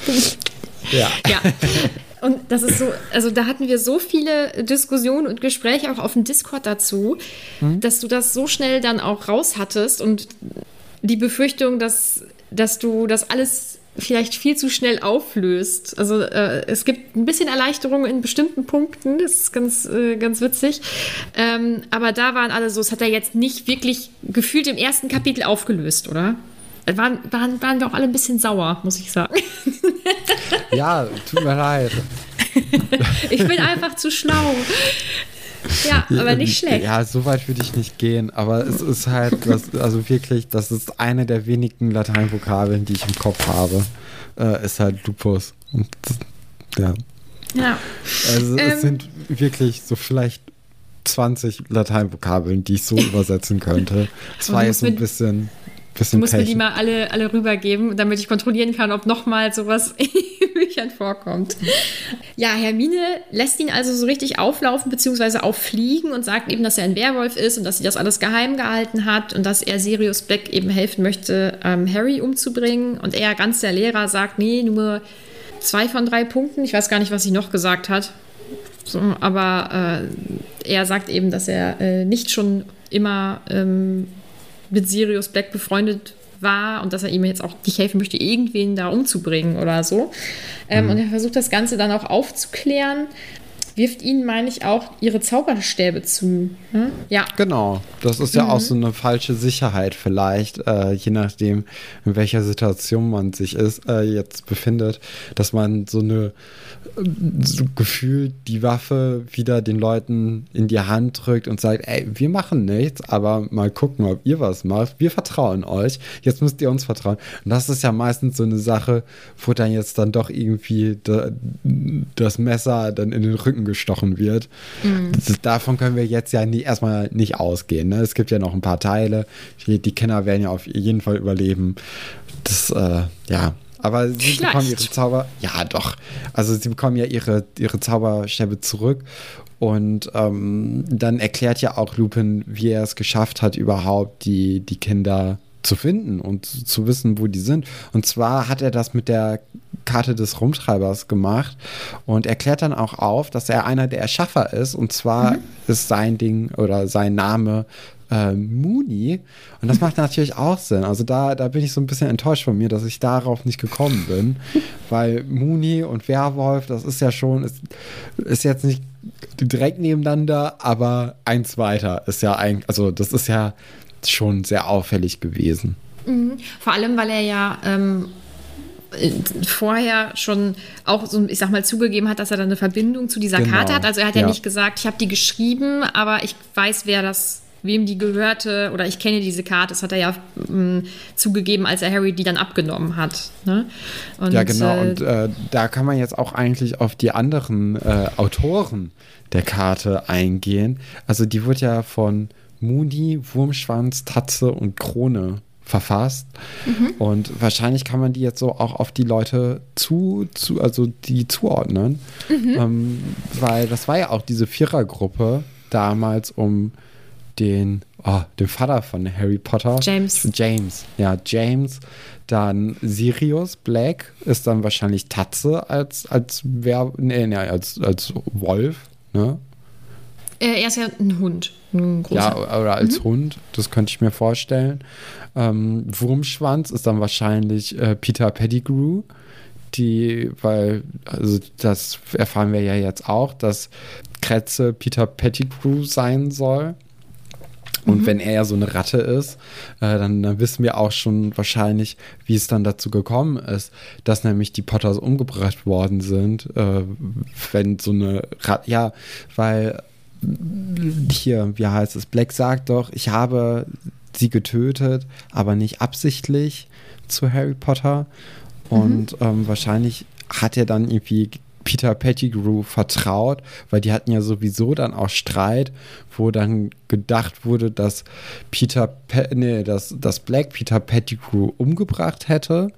Ja. Ja. Und das ist so, also da hatten wir so viele Diskussionen und Gespräche auch auf dem Discord dazu, dass du das so schnell dann auch raus hattest und die Befürchtung, dass, dass du das alles vielleicht viel zu schnell auflöst. Also äh, es gibt ein bisschen Erleichterung in bestimmten Punkten, das ist ganz, äh, ganz witzig. Ähm, aber da waren alle so, es hat er jetzt nicht wirklich gefühlt im ersten Kapitel aufgelöst, oder? Waren, waren, waren wir auch alle ein bisschen sauer, muss ich sagen. Ja, tut mir leid. Ich bin einfach zu schlau. Ja, aber nicht schlecht. Ja, so weit würde ich nicht gehen, aber es ist halt, das, also wirklich, das ist eine der wenigen Lateinvokabeln, die ich im Kopf habe, äh, ist halt Lupus. Und ja, Ja. also Ähm. es sind wirklich so vielleicht zwanzig Lateinvokabeln, die ich so übersetzen könnte. Es Und war du jetzt so ein musst bisschen, Du bisschen musst mir Pech. die mal alle, alle rübergeben, damit ich kontrollieren kann, ob nochmal sowas in Büchern vorkommt. Ja, Hermine lässt ihn also so richtig auflaufen bzw. auffliegen und sagt eben, dass er ein Werwolf ist und dass sie das alles geheim gehalten hat und dass er Sirius Black eben helfen möchte, ähm, Harry umzubringen. Und er, ganz der Lehrer, sagt, nee, nur zwei von drei Punkten. Ich weiß gar nicht, was sie noch gesagt hat. So, aber äh, er sagt eben, dass er äh, nicht schon immer ähm, mit Sirius Black befreundet war und dass er ihm jetzt auch nicht helfen möchte, irgendwen da umzubringen oder so. Ähm, Mhm. Und er versucht das Ganze dann auch aufzuklären, wirft ihnen, meine ich, auch ihre Zauberstäbe zu. Hm? Ja. Genau, das ist ja auch so eine falsche Sicherheit vielleicht, äh, je nachdem, in welcher Situation man sich ist, äh, jetzt befindet, dass man so eine äh, so gefühlt die Waffe wieder den Leuten in die Hand drückt und sagt, ey, wir machen nichts, aber mal gucken, ob ihr was macht. Wir vertrauen euch, jetzt müsst ihr uns vertrauen. Und das ist ja meistens so eine Sache, wo dann jetzt dann doch irgendwie da, das Messer dann in den Rücken gestochen wird. Das, davon können wir jetzt ja nie, erstmal nicht ausgehen. Ne? Es gibt ja noch ein paar Teile. Die, die Kinder werden ja auf jeden Fall überleben. Das, äh, ja. Aber sie Vielleicht. bekommen ihre Zauber. Ja, doch. Also sie bekommen ja ihre, ihre Zauberstäbe zurück. Und ähm, dann erklärt ja auch Lupin, wie er es geschafft hat, überhaupt die, die Kinder zu finden und zu, zu wissen, wo die sind. Und zwar hat er das mit der Karte des Rumtreibers gemacht und erklärt dann auch auf, dass er einer der Erschaffer ist. Und zwar mhm. ist sein Ding oder sein Name äh, Moony. Und das macht natürlich auch Sinn. Also da, da bin ich so ein bisschen enttäuscht von mir, dass ich darauf nicht gekommen bin. Weil Moony und Werwolf, das ist ja schon, ist, ist jetzt nicht direkt nebeneinander, aber eins weiter ist ja eigentlich, also das ist ja schon sehr auffällig gewesen. Mhm. Vor allem, weil er ja ähm, vorher schon auch so, ich sag mal, zugegeben hat, dass er da eine Verbindung zu dieser Genau. Karte hat. Also er hat ja, Ja. nicht gesagt, ich habe die geschrieben, aber ich weiß, wer das, wem die gehörte oder ich kenne diese Karte. Das hat er ja mh, zugegeben, als er Harry die dann abgenommen hat. Ne? Und, Ja, genau. äh, Und äh, da kann man jetzt auch eigentlich auf die anderen äh, Autoren der Karte eingehen. Also die wird ja von Moody, Wurmschwanz, Tatze und Krone verfasst. Mhm. Und wahrscheinlich kann man die jetzt so auch auf die Leute zu, zu also die zuordnen. Mhm. Ähm, weil das war ja auch diese Vierergruppe damals um den, oh, den Vater von Harry Potter. James. James, ja, James. Dann Sirius Black ist dann wahrscheinlich Tatze als, als, Wer nee, nee, als, als Wolf, ne? Äh, er ist ja ein Hund. Ein großer. Ja, oder als mhm. Hund, das könnte ich mir vorstellen. Ähm, Wurmschwanz ist dann wahrscheinlich äh, Peter Pettigrew, die, weil, also das erfahren wir ja jetzt auch, dass Kretze Peter Pettigrew sein soll. Und mhm. wenn er ja so eine Ratte ist, äh, dann, dann wissen wir auch schon wahrscheinlich, wie es dann dazu gekommen ist, dass nämlich die Potters umgebracht worden sind. Äh, wenn so eine Ratte, ja, weil hier, wie heißt es, Black sagt doch, ich habe sie getötet, aber nicht absichtlich zu Harry Potter. Und mhm. ähm, wahrscheinlich hat er dann irgendwie Peter Pettigrew vertraut, weil die hatten ja sowieso dann auch Streit, wo dann gedacht wurde, dass Peter Pe- nee, dass, dass Black Peter Pettigrew umgebracht hätte.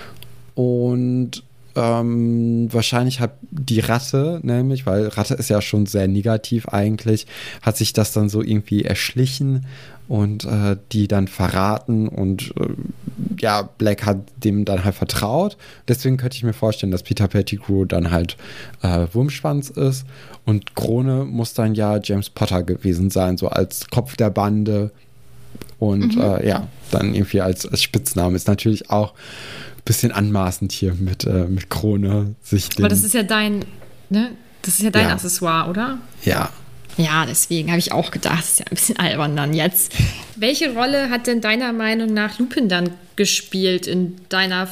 Und ähm, wahrscheinlich hat die Ratte, nämlich, weil Ratte ist ja schon sehr negativ eigentlich, hat sich das dann so irgendwie erschlichen und äh, die dann verraten und äh, ja, Black hat dem dann halt vertraut. Deswegen könnte ich mir vorstellen, dass Peter Pettigrew dann halt äh, Wurmschwanz ist und Krone muss dann ja James Potter gewesen sein, so als Kopf der Bande und mhm. äh, ja, dann irgendwie als, als Spitzname. Ist natürlich auch ein bisschen anmaßend hier mit, äh, mit Krone sich den, aber das ist ja dein, ne? Das ist ja dein ja. Accessoire, oder? Ja. Ja, deswegen habe ich auch gedacht, das ist ja ein bisschen albern dann jetzt. Welche Rolle hat denn deiner Meinung nach Lupin dann gespielt in deiner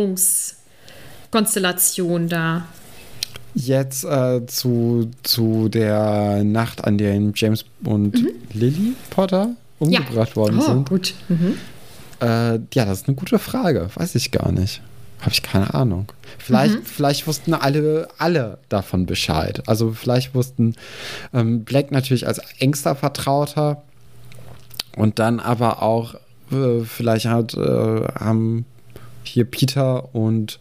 Verschwörungskonstellation da? Jetzt äh, zu, zu der Nacht, an der James und mhm. Lily Potter umgebracht ja. worden oh, sind. Gut. Mhm. Äh, ja, das ist eine gute Frage. Weiß ich gar nicht. Habe ich keine Ahnung. Vielleicht, mhm. vielleicht wussten alle, alle davon Bescheid. Also vielleicht wussten ähm, Black natürlich als engster Vertrauter und dann aber auch äh, vielleicht hat, äh, haben hier Peter und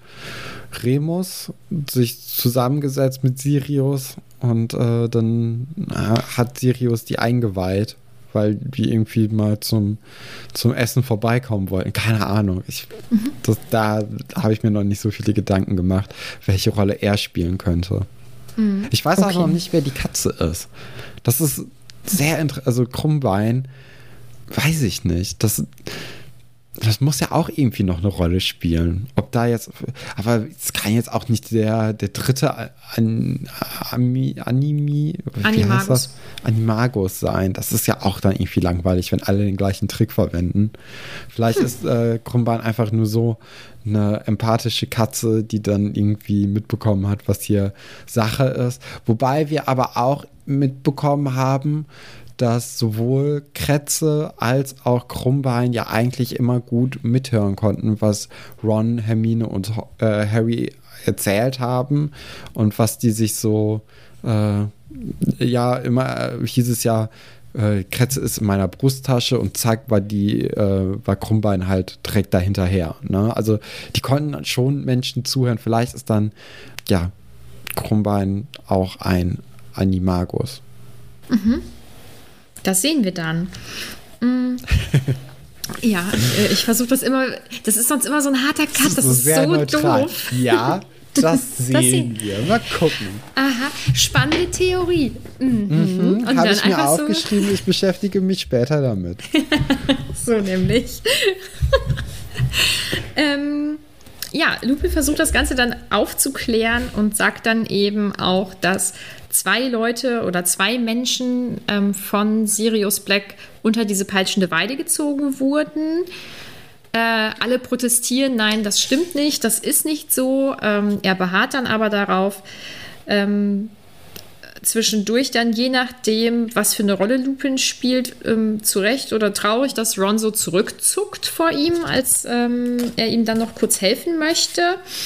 Remus sich zusammengesetzt mit Sirius und äh, dann äh, hat Sirius die eingeweiht, weil die irgendwie mal zum, zum Essen vorbeikommen wollten. Keine Ahnung. Ich, mhm. das, da habe ich mir noch nicht so viele Gedanken gemacht, welche Rolle er spielen könnte. Mhm. Ich weiß okay. auch noch nicht, wer die Katze ist. Das ist sehr interessant. Also Krummbein, weiß ich nicht. Das, das muss ja auch irgendwie noch eine Rolle spielen. Ob da jetzt, aber es kann jetzt auch nicht der, der dritte An, Ami, Animi, wie Animagus. heißt das? Animagus sein. Das ist ja auch dann irgendwie langweilig, wenn alle den gleichen Trick verwenden. Vielleicht hm. ist äh, Krummbein einfach nur so eine empathische Katze, die dann irgendwie mitbekommen hat, was hier Sache ist. Wobei wir aber auch mitbekommen haben, dass sowohl Kretze als auch Krummbein ja eigentlich immer gut mithören konnten, was Ron, Hermine und äh, Harry erzählt haben und was die sich so äh, ja immer äh, hieß es ja, äh, Kretze ist in meiner Brusttasche und zack war die äh, war Krummbein halt direkt dahinterher. Ne? Also die konnten schon Menschen zuhören. Vielleicht ist dann ja Krummbein auch ein Animagus. Mhm. Das sehen wir dann. Mm. Ja, ich versuche das immer, das ist sonst immer so ein harter Cut, das, das ist, ist so neutral. Doof. Ja, das sehen, das sehen wir. Mal gucken. Aha, spannende Theorie. Mhm. Mhm. Habe ich mir aufgeschrieben, so. Ich beschäftige mich später damit. So nämlich. ähm, ja, Lupin versucht das Ganze dann aufzuklären und sagt dann eben auch, dass zwei Leute oder zwei Menschen ähm, von Sirius Black unter diese peitschende Weide gezogen wurden. Äh, alle protestieren, nein, das stimmt nicht, das ist nicht so. Ähm, er beharrt dann aber darauf, ähm, zwischendurch dann, je nachdem, was für eine Rolle Lupin spielt, ähm, zu Recht oder traurig, dass Ron so zurückzuckt vor ihm, als ähm, er ihm dann noch kurz helfen möchte.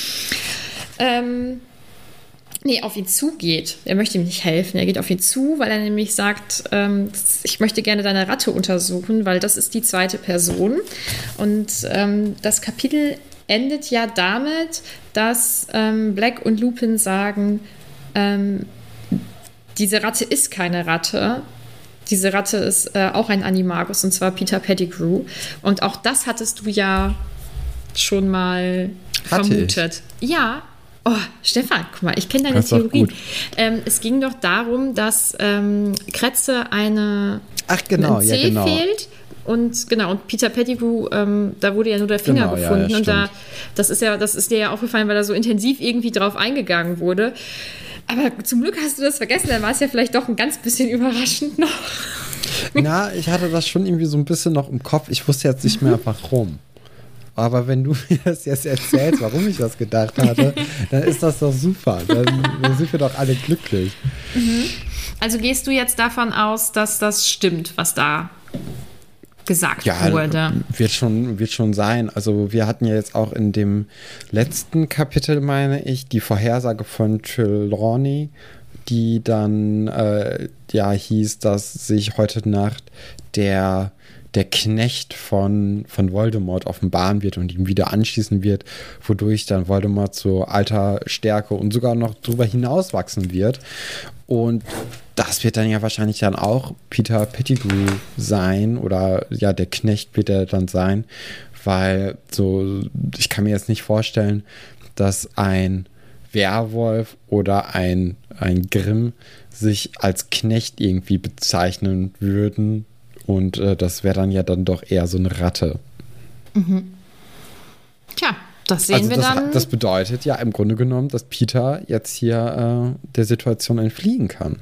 Ähm, Nee, auf ihn zugeht. Er möchte ihm nicht helfen. Er geht auf ihn zu, weil er nämlich sagt, ähm, ich möchte gerne deine Ratte untersuchen, weil das ist die zweite Person. Und ähm, das Kapitel endet ja damit, dass ähm, Black und Lupin sagen, ähm, diese Ratte ist keine Ratte. Diese Ratte ist äh, auch ein Animagus, und zwar Peter Pettigrew. Und auch das hattest du ja schon mal Hatte vermutet. Ich. Ja, Oh, Stefan, guck mal, ich kenne deine Das ist doch Theorie. gut. Ähm, es ging doch darum, dass ähm, Kretze eine Ach, genau, ein ja, C genau. fehlt. Und genau, und Peter Pettigrew, ähm, da wurde ja nur der Finger Genau, ja, gefunden. ja, und da, stimmt. das ist ja, das ist dir ja aufgefallen, weil da so intensiv irgendwie drauf eingegangen wurde. Aber zum Glück hast du das vergessen, dann war es ja vielleicht doch ein ganz bisschen überraschend noch. Na, ich hatte das schon irgendwie so ein bisschen noch im Kopf. Ich wusste jetzt nicht mehr, warum. Aber wenn du mir das jetzt erzählst, warum ich das gedacht hatte, dann ist das doch super. Dann, dann sind wir doch alle glücklich. Also gehst du jetzt davon aus, dass das stimmt, was da gesagt Ja, wurde? wird schon, wird schon sein. Also wir hatten ja jetzt auch in dem letzten Kapitel, meine ich, die Vorhersage von Trelawney, die dann äh, ja hieß, dass sich heute Nacht der der Knecht von, von Voldemort offenbaren wird und ihm wieder anschließen wird, wodurch dann Voldemort zu alter Stärke und sogar noch drüber hinaus wachsen wird. Und das wird dann ja wahrscheinlich dann auch Peter Pettigrew sein oder ja, der Knecht wird er dann sein, weil so, ich kann mir jetzt nicht vorstellen, dass ein Werwolf oder ein, ein Grimm sich als Knecht irgendwie bezeichnen würden. Und äh, das wäre dann ja dann doch eher so eine Ratte. Tja, das sehen Also wir das, dann. das bedeutet ja im Grunde genommen, dass Peter jetzt hier äh, der Situation entfliehen kann.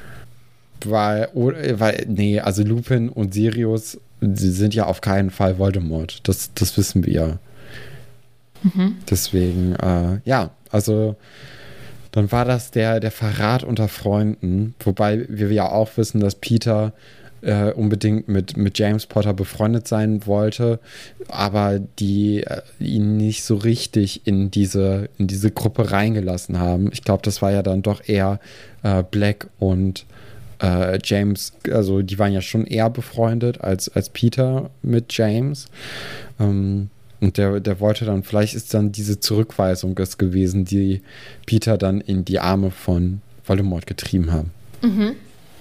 Weil, oder, weil, nee, also Lupin und Sirius, sie sind ja auf keinen Fall Voldemort. Das, das wissen wir ja. Mhm. Deswegen, äh, ja, also dann war das der, der Verrat unter Freunden. Wobei wir ja auch wissen, dass Peter äh, unbedingt mit, mit James Potter befreundet sein wollte, aber die äh, ihn nicht so richtig in diese, in diese Gruppe reingelassen haben. Ich glaube, das war ja dann doch eher äh, Black und äh, James, also die waren ja schon eher befreundet als, als Peter mit James. Ähm, und der, der wollte dann, vielleicht ist dann diese Zurückweisung es gewesen, die Peter dann in die Arme von Voldemort getrieben haben. Mhm.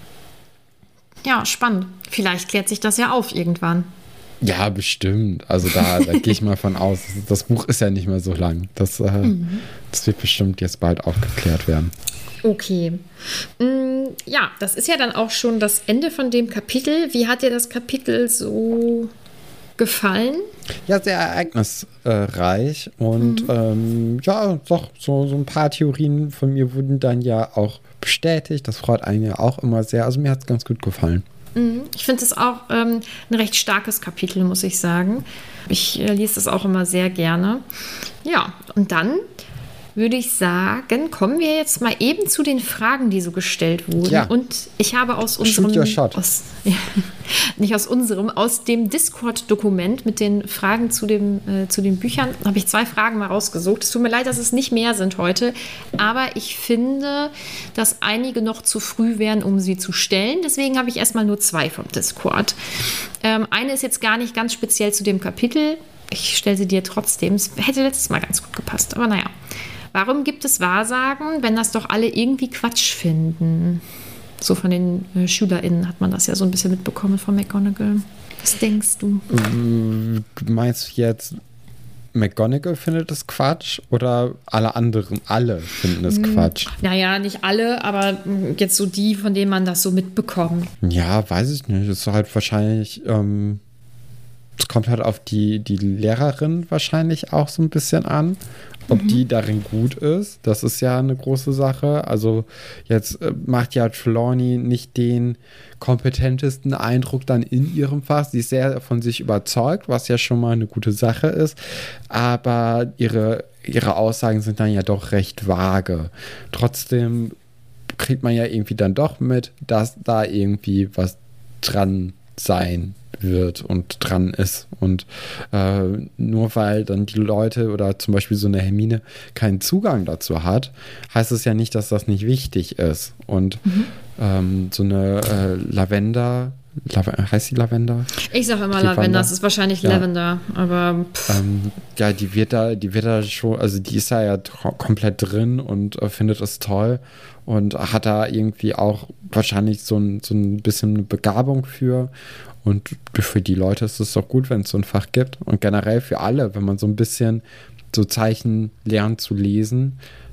Ja, spannend. Vielleicht klärt sich das ja auf irgendwann. Ja, bestimmt. Also da, da gehe ich mal von aus. Das Buch ist ja nicht mehr so lang. Das, äh, mhm. das wird bestimmt jetzt bald aufgeklärt werden. Okay. Mm, ja, das ist ja dann auch schon das Ende von dem Kapitel. Wie hat dir das Kapitel so gefallen? Ja, sehr ereignisreich. Und mhm. ähm, ja, doch, so, so ein paar Theorien von mir wurden dann ja auch bestätigt. Das freut einen ja auch immer sehr. Also mir hat es ganz gut gefallen. Ich finde es auch ähm, ein recht starkes Kapitel, muss ich sagen. Ich äh, lese das auch immer sehr gerne. Ja, und dann würde ich sagen, kommen wir jetzt mal eben zu den Fragen, die so gestellt wurden. Ja. Und ich habe aus unserem, aus, ja, nicht aus unserem, aus dem Discord-Dokument mit den Fragen zu, dem, äh, zu den Büchern, habe ich zwei Fragen mal rausgesucht. Es tut mir leid, dass es nicht mehr sind heute, aber ich finde, dass einige noch zu früh wären, um sie zu stellen. Deswegen habe ich erstmal nur zwei vom Discord. Ähm, eine ist jetzt gar nicht ganz speziell zu dem Kapitel. Ich stelle sie dir trotzdem. Es hätte letztes Mal ganz gut gepasst, aber naja. Warum gibt es Wahrsagen, wenn das doch alle irgendwie Quatsch finden? So von den äh, SchülerInnen hat man das ja so ein bisschen mitbekommen von McGonagall. Was denkst du? Meinst du jetzt, McGonagall findet es Quatsch oder alle anderen, alle finden es hm, Quatsch? Naja, nicht alle, aber jetzt so die, von denen man das so mitbekommt. Ja, weiß ich nicht. Das ist halt wahrscheinlich, ähm, es kommt halt auf die, die Lehrerin wahrscheinlich auch so ein bisschen an. Ob mhm. die darin gut ist, das ist ja eine große Sache. Also jetzt äh, macht ja Trelawney nicht den kompetentesten Eindruck dann in ihrem Fach. Sie ist sehr von sich überzeugt, was ja schon mal eine gute Sache ist. Aber ihre, ihre Aussagen sind dann ja doch recht vage. Trotzdem kriegt man ja irgendwie dann doch mit, dass da irgendwie was dran sein wird und dran ist. Und äh, nur weil dann die Leute oder zum Beispiel so eine Hermine keinen Zugang dazu hat, heißt es ja nicht, dass das nicht wichtig ist. Und mhm. ähm, so eine äh, Lavender, Lav- heißt sie Lavender? Ich sage immer Lavender, es ist wahrscheinlich ja. Lavender, aber ähm, ja, die wird da, die wird da schon, also die ist da ja tro- komplett drin und äh, findet es toll und hat da irgendwie auch wahrscheinlich so ein, so ein bisschen eine Begabung für. Und für die Leute ist es doch gut, wenn es so ein Fach gibt. Und generell für alle, wenn man so ein bisschen so Zeichen lernt zu lesen,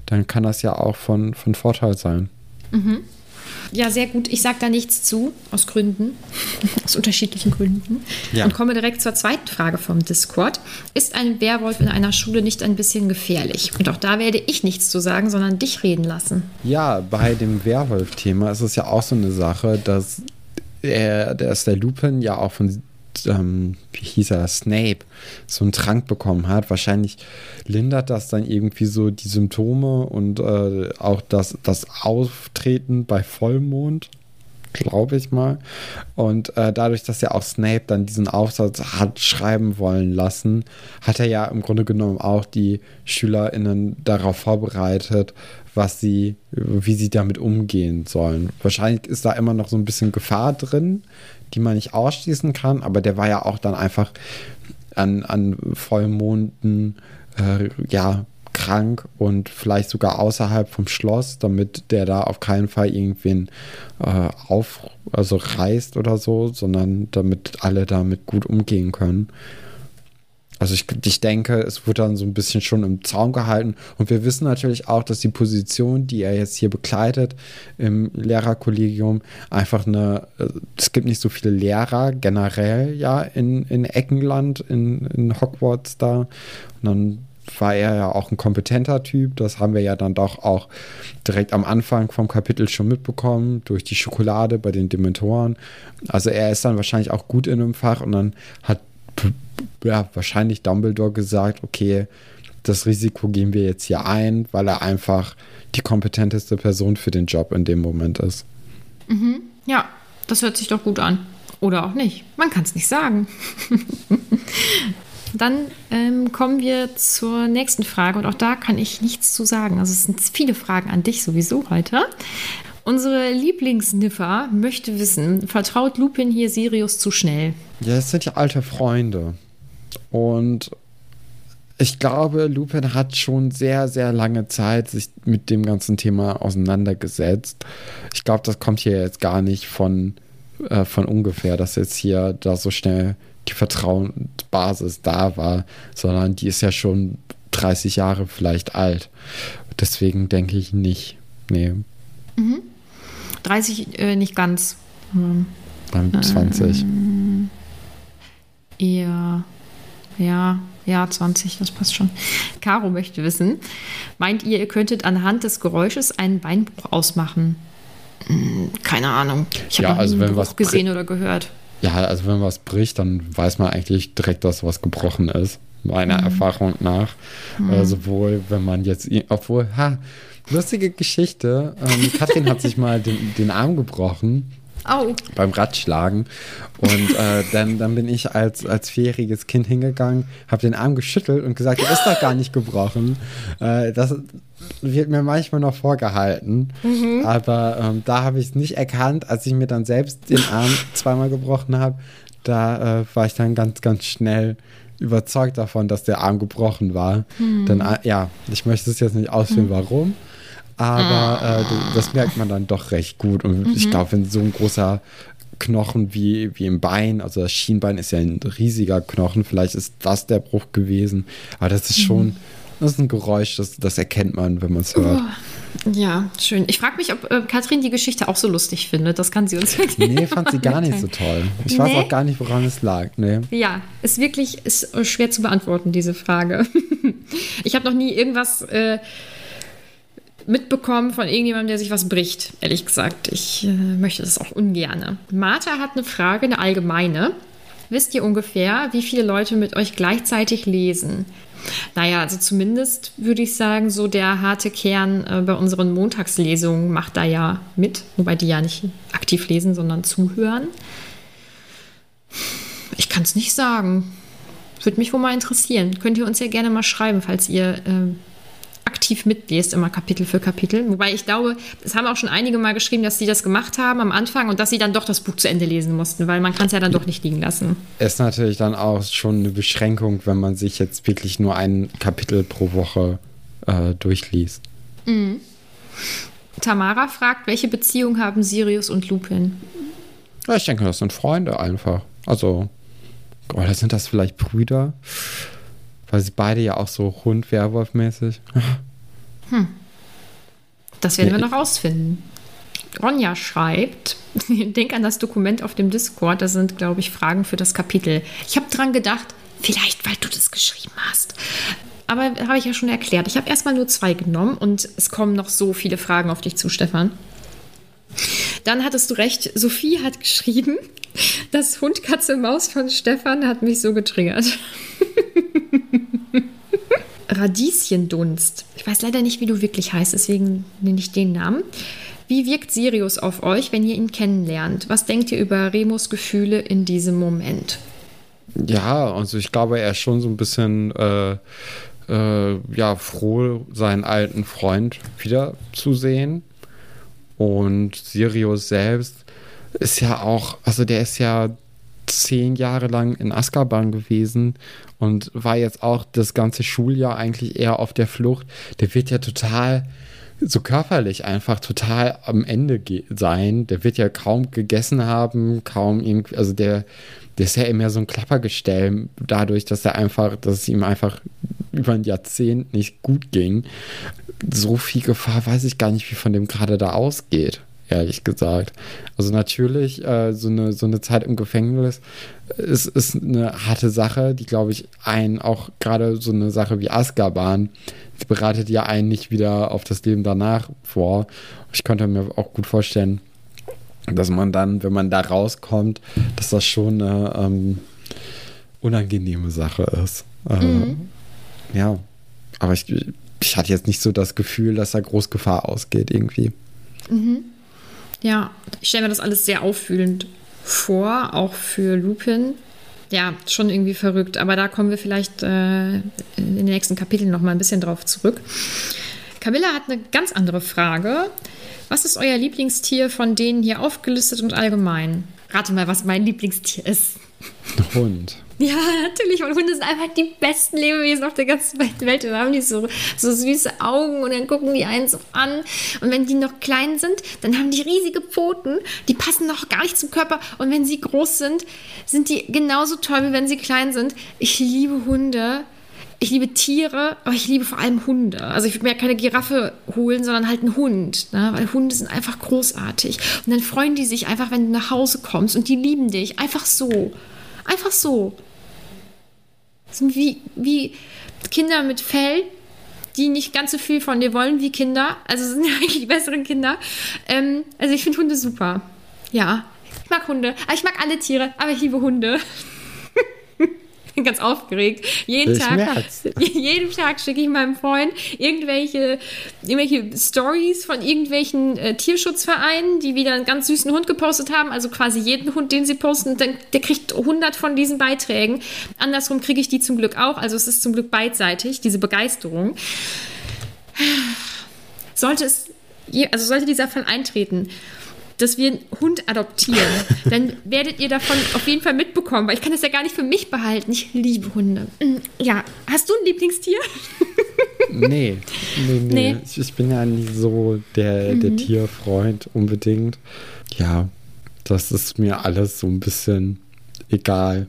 dann kann das ja auch von, von Vorteil sein. Mhm. Ja, sehr gut. Ich sage da nichts zu, aus Gründen, aus unterschiedlichen Gründen. Ja. Und komme direkt zur zweiten Frage vom Discord. Ist ein Werwolf in einer Schule nicht ein bisschen gefährlich? Und auch da werde ich nichts zu sagen, sondern dich reden lassen. Ja, bei dem Werwolf-Thema ist es ja auch so eine Sache, dass er, dass der Lupin ja auch von Ähm, wie hieß er, Snape, so einen Trank bekommen hat. Wahrscheinlich lindert das dann irgendwie so die Symptome und äh, auch das, das Auftreten bei Vollmond, glaube ich mal. Und äh, dadurch, dass ja auch Snape dann diesen Aufsatz hat schreiben wollen lassen, hat er ja im Grunde genommen auch die SchülerInnen darauf vorbereitet, was sie, wie sie damit umgehen sollen. Wahrscheinlich ist da immer noch so ein bisschen Gefahr drin, die man nicht ausschließen kann, aber der war ja auch dann einfach an, an Vollmonden äh, ja, krank und vielleicht sogar außerhalb vom Schloss, damit der da auf keinen Fall irgendwen äh, auf, also reißt oder so, sondern damit alle damit gut umgehen können. Also ich, ich denke, es wird dann so ein bisschen schon im Zaum gehalten. Und wir wissen natürlich auch, dass die Position, die er jetzt hier bekleidet im Lehrerkollegium, einfach eine, es gibt nicht so viele Lehrer generell ja in, in Eckenland, in, in Hogwarts da. Und dann war er ja auch ein kompetenter Typ. Das haben wir ja dann doch auch direkt am Anfang vom Kapitel schon mitbekommen, durch die Schokolade bei den Dementoren. Also er ist dann wahrscheinlich auch gut in einem Fach und dann hat ja, wahrscheinlich Dumbledore gesagt, okay, das Risiko gehen wir jetzt hier ein, weil er einfach die kompetenteste Person für den Job in dem Moment ist. Mhm. Ja, das hört sich doch gut an. Oder auch nicht. Man kann es nicht sagen. Dann ähm, kommen wir zur nächsten Frage und auch da kann ich nichts zu sagen. Also es sind viele Fragen an dich sowieso heute. Unsere Lieblingsniffer möchte wissen, vertraut Lupin hier Sirius zu schnell? Ja, es sind ja alte Freunde. Und ich glaube, Lupin hat schon sehr, sehr lange Zeit sich mit dem ganzen Thema auseinandergesetzt. Ich glaube, das kommt hier jetzt gar nicht von, äh, von ungefähr, dass jetzt hier da so schnell die Vertrauensbasis da war, sondern die ist ja schon dreißig Jahre vielleicht alt. Deswegen denke ich nicht. Nee. Mhm. dreißig äh, nicht ganz. Hm. Beim zwanzig. Ähm, eher, ja, ja, zwanzig, das passt schon. Caro möchte wissen, meint ihr, ihr könntet anhand des Geräusches einen Beinbruch ausmachen? Hm, keine Ahnung. Ich habe ja, noch nie also einen wenn Bruch was gesehen oder gehört. Ja, also wenn was bricht, dann weiß man eigentlich direkt, dass was gebrochen ist. Meiner mhm. Erfahrung nach. Mhm. Äh, sowohl, wenn man jetzt, obwohl, ha, lustige Geschichte. Ähm, Katrin hat sich mal den, den Arm gebrochen. Oh. Beim Radschlagen. Und äh, dann, dann bin ich als, als vierjähriges Kind hingegangen, habe den Arm geschüttelt und gesagt, der ist doch gar nicht gebrochen. Äh, das wird mir manchmal noch vorgehalten. Mhm. Aber ähm, da habe ich es nicht erkannt, als ich mir dann selbst den Arm zweimal gebrochen habe. Da äh, war ich dann ganz, ganz schnell überzeugt davon, dass der Arm gebrochen war. Mhm. Dann, äh, ja, ich möchte es jetzt nicht ausführen, mhm. warum. Aber äh, das merkt man dann doch recht gut. Und mhm. ich glaube, wenn so ein großer Knochen wie, wie im Bein, also das Schienbein ist ja ein riesiger Knochen, vielleicht ist das der Bruch gewesen. Aber das ist schon, das ist ein Geräusch, das, das erkennt man, wenn man es hört. Oh, ja, schön. Ich frage mich, ob äh, Katrin die Geschichte auch so lustig findet. Das kann sie uns wirklich Nee, fand sie gar nicht so toll. Ich nee? weiß auch gar nicht, woran es lag. Nee. Ja, ist wirklich ist schwer zu beantworten, diese Frage. Ich habe noch nie irgendwas äh, mitbekommen von irgendjemandem, der sich was bricht, ehrlich gesagt. Ich äh, möchte das auch ungerne. Martha hat eine Frage, eine allgemeine. Wisst ihr ungefähr, wie viele Leute mit euch gleichzeitig lesen? Naja, also zumindest würde ich sagen, so der harte Kern äh, bei unseren Montagslesungen macht da ja mit, wobei die ja nicht aktiv lesen, sondern zuhören. Ich kann es nicht sagen. Würde mich wohl mal interessieren. Könnt ihr uns ja gerne mal schreiben, falls ihr äh, aktiv mitlest, immer Kapitel für Kapitel. Wobei ich glaube, es haben auch schon einige mal geschrieben, dass sie das gemacht haben am Anfang und dass sie dann doch das Buch zu Ende lesen mussten, weil man kann es ja dann doch nicht liegen lassen. Es ist natürlich dann auch schon eine Beschränkung, wenn man sich jetzt wirklich nur ein Kapitel pro Woche äh, durchliest. Mhm. Tamara fragt, welche Beziehung haben Sirius und Lupin? Ja, ich denke, das sind Freunde einfach. Also, oder sind das vielleicht Brüder? Weil sie beide ja auch so Hund-Werwolf-mäßig. Hm. Das werden Nee. wir noch rausfinden. Ronja schreibt, denk an das Dokument auf dem Discord, da sind, glaube ich, Fragen für das Kapitel. Ich habe dran gedacht, vielleicht, weil du das geschrieben hast. Aber habe ich ja schon erklärt. Ich habe erstmal nur zwei genommen und es kommen noch so viele Fragen auf dich zu, Stefan. Dann hattest du recht, Sophie hat geschrieben, das Hund, Katze, Maus von Stefan hat mich so getriggert. Radieschendunst. Ich weiß leider nicht, wie du wirklich heißt, deswegen nenne ich den Namen. Wie wirkt Sirius auf euch, wenn ihr ihn kennenlernt? Was denkt ihr über Remus Gefühle in diesem Moment? Ja, also ich glaube, er ist schon so ein bisschen äh, äh, ja, froh, seinen alten Freund wiederzusehen. Und Sirius selbst ist ja auch, also der ist ja zehn Jahre lang in Azkaban gewesen und war jetzt auch das ganze Schuljahr eigentlich eher auf der Flucht. Der wird ja total, so körperlich einfach total am Ende ge- sein. Der wird ja kaum gegessen haben, kaum irgendwie, also der, der ist ja immer so ein Klappergestell, dadurch, dass er einfach, dass es ihm einfach über ein Jahrzehnt nicht gut ging. So viel Gefahr weiß ich gar nicht, wie von dem gerade da ausgeht, ehrlich gesagt. Also natürlich, äh, so eine, so eine Zeit im Gefängnis ist, ist eine harte Sache, die, glaube ich, einen auch gerade so eine Sache wie Azkaban, die bereitet ja einen nicht wieder auf das Leben danach vor. Ich könnte mir auch gut vorstellen, dass man dann, wenn man da rauskommt, dass das schon eine ähm, unangenehme Sache ist. Äh, Mhm. Ja, aber ich, ich hatte jetzt nicht so das Gefühl, dass da groß Gefahr ausgeht irgendwie. Ja, ich stelle mir das alles sehr auffühlend vor, auch für Lupin. Ja, schon irgendwie verrückt, aber da kommen wir vielleicht äh, in den nächsten Kapiteln noch mal ein bisschen drauf zurück. Camilla hat eine ganz andere Frage. Was ist euer Lieblingstier von denen hier aufgelistet und allgemein? Rate mal, was mein Lieblingstier ist. Ein Hund. Ja, natürlich, weil Hunde sind einfach die besten Lebewesen auf der ganzen Welt. Und dann haben die so, so süße Augen und dann gucken die einen so an. Und wenn die noch klein sind, dann haben die riesige Pfoten, die passen noch gar nicht zum Körper. Und wenn sie groß sind, sind die genauso toll, wie wenn sie klein sind. Ich liebe Hunde. Ich liebe Tiere, aber ich liebe vor allem Hunde. Also ich würde mir ja keine Giraffe holen, sondern halt einen Hund. Ne? Weil Hunde sind einfach großartig. Und dann freuen die sich einfach, wenn du nach Hause kommst. Und die lieben dich. Einfach so. Einfach so. Sind wie, wie Kinder mit Fell, die nicht ganz so viel von dir wollen wie Kinder. Also sind ja eigentlich die besseren Kinder. Ähm, also ich finde Hunde super. Ja, ich mag Hunde. Aber ich mag alle Tiere, aber ich liebe Hunde. Ich bin ganz aufgeregt. Jeden Ich Tag, merk's. jeden Tag schicke ich meinem Freund irgendwelche, irgendwelche Stories von irgendwelchen äh, Tierschutzvereinen, die wieder einen ganz süßen Hund gepostet haben. Also quasi jeden Hund, den sie posten, dann, der kriegt hundert von diesen Beiträgen. Andersrum kriege ich die zum Glück auch. Also es ist zum Glück beidseitig, diese Begeisterung. Sollte es, also sollte dieser Fall eintreten, dass wir einen Hund adoptieren, dann werdet ihr davon auf jeden Fall mitbekommen, weil ich kann das ja gar nicht für mich behalten. Ich liebe Hunde. Ja, hast du ein Lieblingstier? Nee, nee, nee. Nee. Ich, ich bin ja nicht so der, der Tierfreund unbedingt. Ja, das ist mir alles so ein bisschen egal.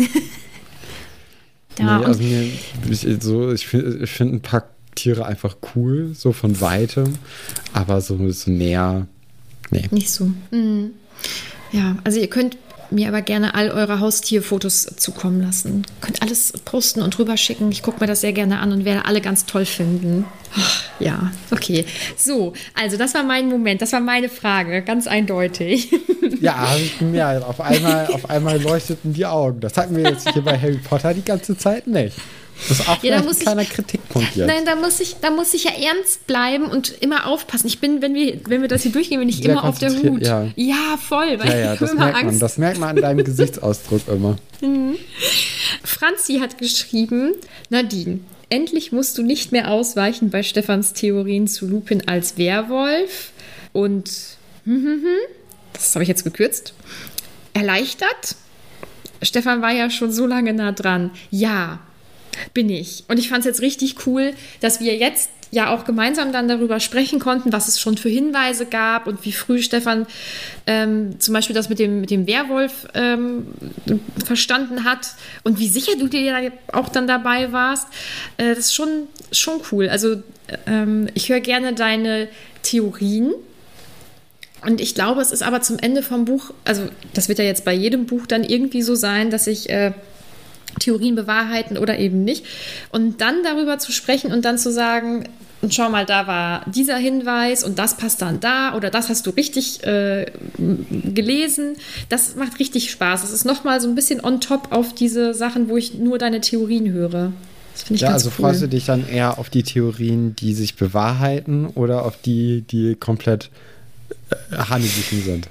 Ja, nee, und- also mir, ich, so, ich finde ich find ein paar Tiere einfach cool, so von weitem, aber so, so näher, nee. Nicht so. Mhm. Ja, also ihr könnt mir aber gerne all eure Haustierfotos zukommen lassen. Ihr könnt alles posten und rüberschicken. Ich gucke mir das sehr gerne an und werde alle ganz toll finden. Ach, ja, okay. So, also das war mein Moment, das war meine Frage, ganz eindeutig. Ja, habe ich gemerkt. Auf einmal, auf einmal leuchteten die Augen. Das hatten wir jetzt hier bei Harry Potter die ganze Zeit nicht. Das ist auch Ja, da vielleicht muss ein ich- kleiner Kritikpunkt jetzt. Nein, da muss ich, da muss ich ja ernst bleiben und immer aufpassen. Ich bin, wenn wir, wenn wir das hier durchgehen, bin ich Sehr immer auf der konzentriert, Hut. ja. Ja, voll, weil Ja, ja, ich das habe immer merkt man. Angst. Das merkt man an deinem Gesichtsausdruck immer. Franzi hat geschrieben, Nadine, endlich musst du nicht mehr ausweichen bei Stefans Theorien zu Lupin als Werwolf. Und das habe ich jetzt gekürzt. Erleichtert? Stefan war ja schon so lange nah dran. Ja, bin ich. Und ich fand es jetzt richtig cool, dass wir jetzt ja auch gemeinsam dann darüber sprechen konnten, was es schon für Hinweise gab und wie früh Stefan ähm, zum Beispiel das mit dem, mit dem Werwolf ähm, verstanden hat und wie sicher du dir da auch dann dabei warst. Äh, das ist schon, schon cool. Also ähm, ich höre gerne deine Theorien. Und ich glaube, es ist aber zum Ende vom Buch, also das wird ja jetzt bei jedem Buch dann irgendwie so sein, dass sich äh, Theorien bewahrheiten oder eben nicht. Und dann darüber zu sprechen und dann zu sagen, und schau mal, da war dieser Hinweis und das passt dann da oder das hast du richtig äh, gelesen. Das macht richtig Spaß. Das ist nochmal so ein bisschen on top auf diese Sachen, wo ich nur deine Theorien höre. Das finde ich ja, ganz also cool. freust du dich dann eher auf die Theorien, die sich bewahrheiten oder auf die, die komplett äh, hanebüchen sind?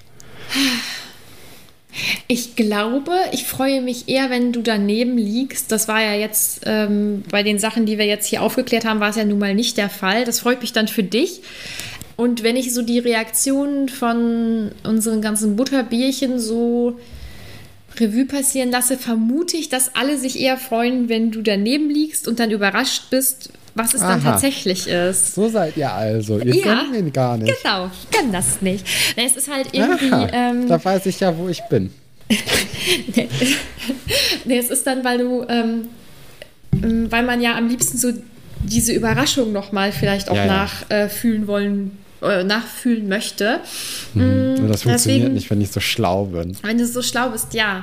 Ich glaube, ich freue mich eher, wenn du daneben liegst. Das war ja jetzt ähm, bei den Sachen, die wir jetzt hier aufgeklärt haben, war es ja nun mal nicht der Fall. Das freut mich dann für dich. Und wenn ich so die Reaktionen von unseren ganzen Butterbierchen so Revue passieren lasse, vermute ich, dass alle sich eher freuen, wenn du daneben liegst und dann überrascht bist, was es Aha. dann tatsächlich ist. So seid ihr also. Ihr ja, kennt ihn gar nicht. Genau, ich kann das nicht. Es ist halt irgendwie... Aha, ähm, da weiß ich ja, wo ich bin. nee, nee, es ist dann, weil du... Ähm, weil man ja am liebsten so diese Überraschung nochmal vielleicht auch ja, ja. nachfühlen äh, wollen, äh, nachfühlen möchte. Mhm. Und das funktioniert Deswegen, nicht, wenn ich so schlau bin. Wenn du so schlau bist, ja.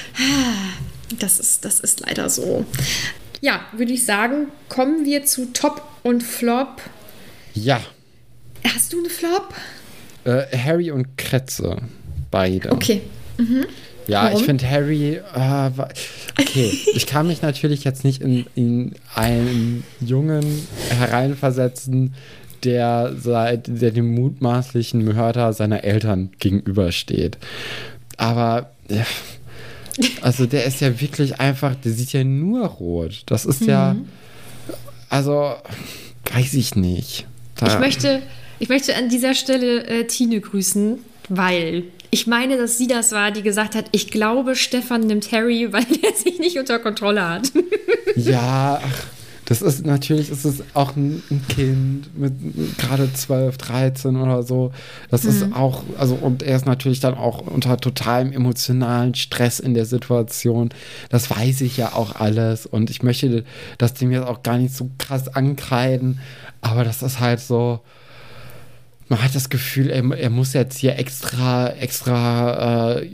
Das ist, das ist leider so. Ja, würde ich sagen, kommen wir zu Top und Flop. Ja. Hast du eine Flop? Äh, Harry und Kretze. Beide. Okay. Mhm. Ja, Warum? ich finde Harry. Äh, okay, ich kann mich natürlich jetzt nicht in, in einen Jungen hereinversetzen, der, seit, der dem mutmaßlichen Mörder seiner Eltern gegenübersteht. Aber. Äh, Also der ist ja wirklich einfach, der sieht ja nur rot. Das ist mhm. ja, also weiß ich nicht. Da ich, möchte, ich möchte an dieser Stelle äh, Tine grüßen, weil ich meine, dass sie das war, die gesagt hat, ich glaube, Stefan nimmt Harry, weil er sich nicht unter Kontrolle hat. Ja, ach, das ist natürlich, ist es auch ein, ein Kind mit gerade zwölf, dreizehn oder so. Das mhm. ist auch, also und er ist natürlich dann auch unter totalem emotionalen Stress in der Situation. Das weiß ich ja auch alles und ich möchte das dem jetzt auch gar nicht so krass ankreiden, aber das ist halt so, man hat das Gefühl, er, er muss jetzt hier extra, extra äh,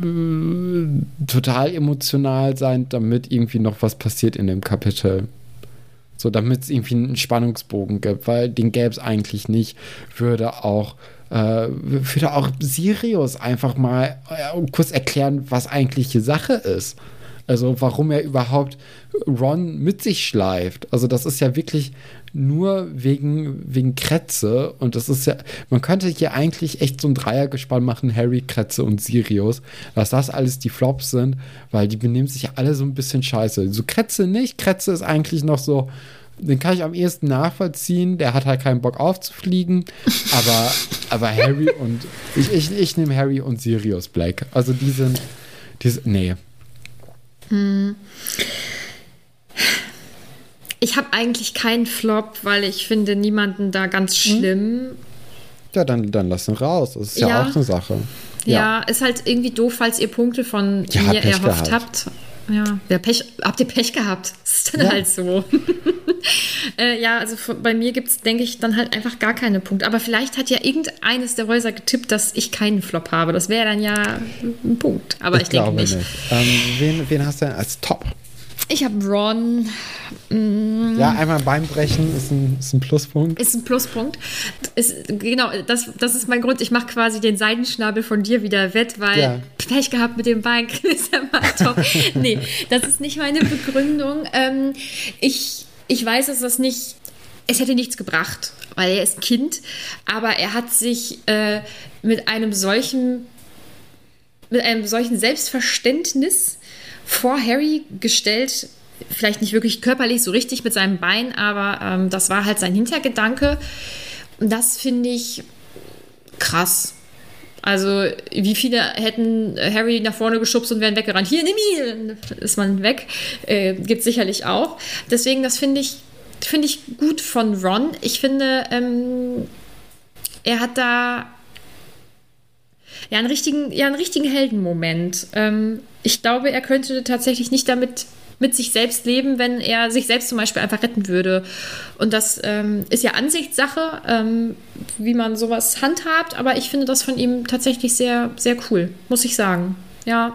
total emotional sein, damit irgendwie noch was passiert in dem Kapitel. So, damit es irgendwie einen Spannungsbogen gibt, weil den gäbe es eigentlich nicht, würde auch, äh, würde auch Sirius einfach mal äh, kurz erklären, was eigentlich die Sache ist. Also warum er überhaupt Ron mit sich schleift. Also das ist ja wirklich nur wegen, wegen Kretze und das ist ja, man könnte hier eigentlich echt so ein Dreiergespann machen, Harry, Kretze und Sirius, dass das alles die Flops sind, weil die benehmen sich ja alle so ein bisschen scheiße. So Kretze nicht, Kretze ist eigentlich noch so, den kann ich am ehesten nachvollziehen, der hat halt keinen Bock aufzufliegen, aber, aber Harry und, ich, ich, ich nehme Harry und Sirius Black, also die sind, die sind nee. Hm. Ich habe eigentlich keinen Flop, weil ich finde niemanden da ganz schlimm. Ja, dann, dann lass ihn raus. Das ist ja, ja auch eine Sache. Ja. ja, ist halt irgendwie doof, falls ihr Punkte von ja, mir Pech erhofft gehabt. habt. Ja, ja Pech, habt ihr Pech gehabt? Das ist dann ja. halt so. äh, ja, also bei mir gibt es, denke ich, dann halt einfach gar keine Punkte. Aber vielleicht hat ja irgendeines der Häuser getippt, dass ich keinen Flop habe. Das wäre dann ja ein Punkt. Aber ich, ich denke nicht. nicht. Ähm, wen, wen hast du denn als Top? Ich habe Ron. Mm. Ja, einmal Bein brechen ist ein, ist ein Pluspunkt. Ist ein Pluspunkt. Ist, genau, das, das ist mein Grund. Ich mache quasi den Seidenschnabel von dir wieder wett, weil ja. Pech gehabt mit dem Bein, ist ja mal top. Nee, das ist nicht meine Begründung. Ähm, ich, ich weiß, dass das nicht, es hätte nichts gebracht, weil er ist ein Kind, aber er hat sich äh, mit einem solchen, mit einem solchen Selbstverständnis vor Harry gestellt, vielleicht nicht wirklich körperlich so richtig mit seinem Bein, aber ähm, das war halt sein Hintergedanke. Und das finde ich krass. Also wie viele hätten Harry nach vorne geschubst und wären weggerannt. Hier, nimm ihn! Dann ist man weg. Äh, gibt sicherlich auch. Deswegen, das finde ich, finde ich gut von Ron. Ich finde, ähm, er hat da ja einen richtigen, ja, einen richtigen Heldenmoment. Ähm, ich glaube, er könnte tatsächlich nicht damit mit sich selbst leben, wenn er sich selbst zum Beispiel einfach retten würde. Und das ähm, ist ja Ansichtssache, ähm, wie man sowas handhabt, aber ich finde das von ihm tatsächlich sehr, sehr cool, muss ich sagen. Ja.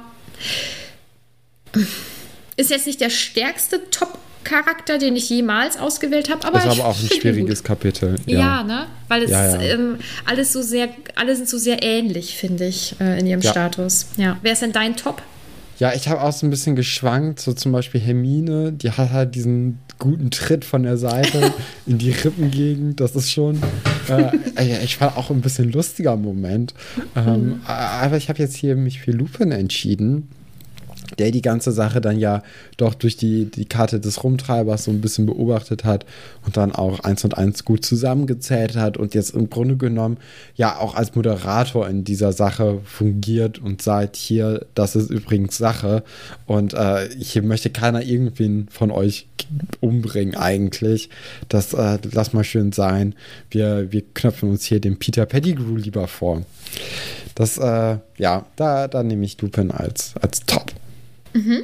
Ist jetzt nicht der stärkste Top-Charakter, den ich jemals ausgewählt habe, aber ist ich aber auch ein schwieriges Kapitel. Ja, ja, ne? Weil es ja, ja. Ähm, alles so sehr, alle sind so sehr ähnlich, finde ich, äh, in ihrem ja. Status. Ja. Wer ist denn dein Top? Ja, ich habe auch so ein bisschen geschwankt, so zum Beispiel Hermine, die hat halt diesen guten Tritt von der Seite in die Rippengegend, das ist schon, äh, ich fand auch ein bisschen lustiger Moment, ähm, mhm. aber ich habe jetzt hier mich für Lupin entschieden, der die ganze Sache dann ja doch durch die, die Karte des Rumtreibers so ein bisschen beobachtet hat und dann auch eins und eins gut zusammengezählt hat und jetzt im Grunde genommen ja auch als Moderator in dieser Sache fungiert und sagt, hier, das ist übrigens Sache und äh, hier möchte keiner irgendwen von euch umbringen eigentlich. Das äh, lass mal schön sein. Wir, wir knöpfen uns hier den Peter Pettigrew lieber vor. Das, äh, ja, da, da nehme ich Lupin als, als Top. Mhm.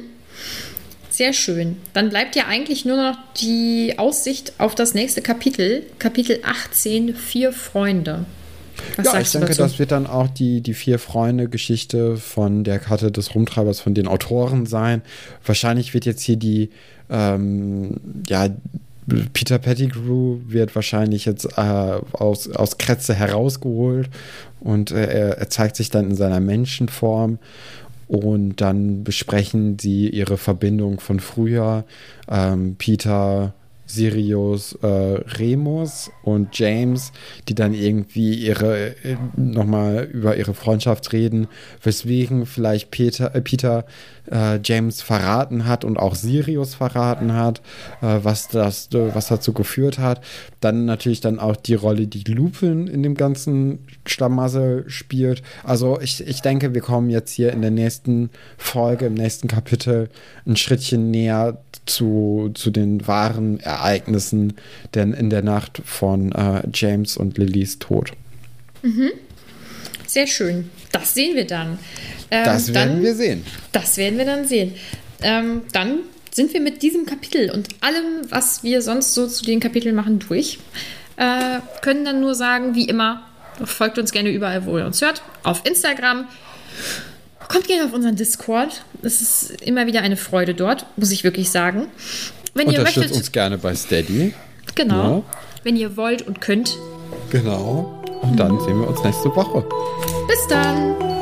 Sehr schön. Dann bleibt ja eigentlich nur noch die Aussicht auf das nächste Kapitel, Kapitel achtzehn, Vier Freunde. Was ja, sagst ich du denke, dazu? das wird dann auch die, die Vier-Freunde-Geschichte von der Karte des Rumtreibers von den Autoren sein. Wahrscheinlich wird jetzt hier die, ähm, ja, Peter Pettigrew wird wahrscheinlich jetzt äh, aus, aus Kretze herausgeholt und äh, er, er zeigt sich dann in seiner Menschenform. Und dann besprechen sie ihre Verbindung von früher. Ähm, Peter, Sirius, äh, Remus und James, die dann irgendwie ihre äh, nochmal über ihre Freundschaft reden, weswegen vielleicht Peter, äh, Peter äh, James verraten hat und auch Sirius verraten hat, äh, was, das, äh, was dazu geführt hat. Dann natürlich dann auch die Rolle, die Lupin in dem ganzen Schlamassel spielt. Also ich, ich denke, wir kommen jetzt hier in der nächsten Folge, im nächsten Kapitel ein Schrittchen näher zu, zu den wahren Ereignissen denn in der Nacht von äh, James und Lillys Tod. Mhm. Sehr schön. Das sehen wir dann. Ähm, das werden dann, wir sehen. Das werden wir dann sehen. Ähm, dann sind wir mit diesem Kapitel und allem, was wir sonst so zu den Kapiteln machen, durch. Äh, können dann nur sagen, wie immer, folgt uns gerne überall, wo ihr uns hört. Auf Instagram. Kommt gerne auf unseren Discord. Es ist immer wieder eine Freude dort, muss ich wirklich sagen. Wenn ihr Unterstützt möchtet, uns gerne bei Steady. Genau. Ja. Wenn ihr wollt und könnt. Genau. Und dann sehen wir uns nächste Woche. Bis dann.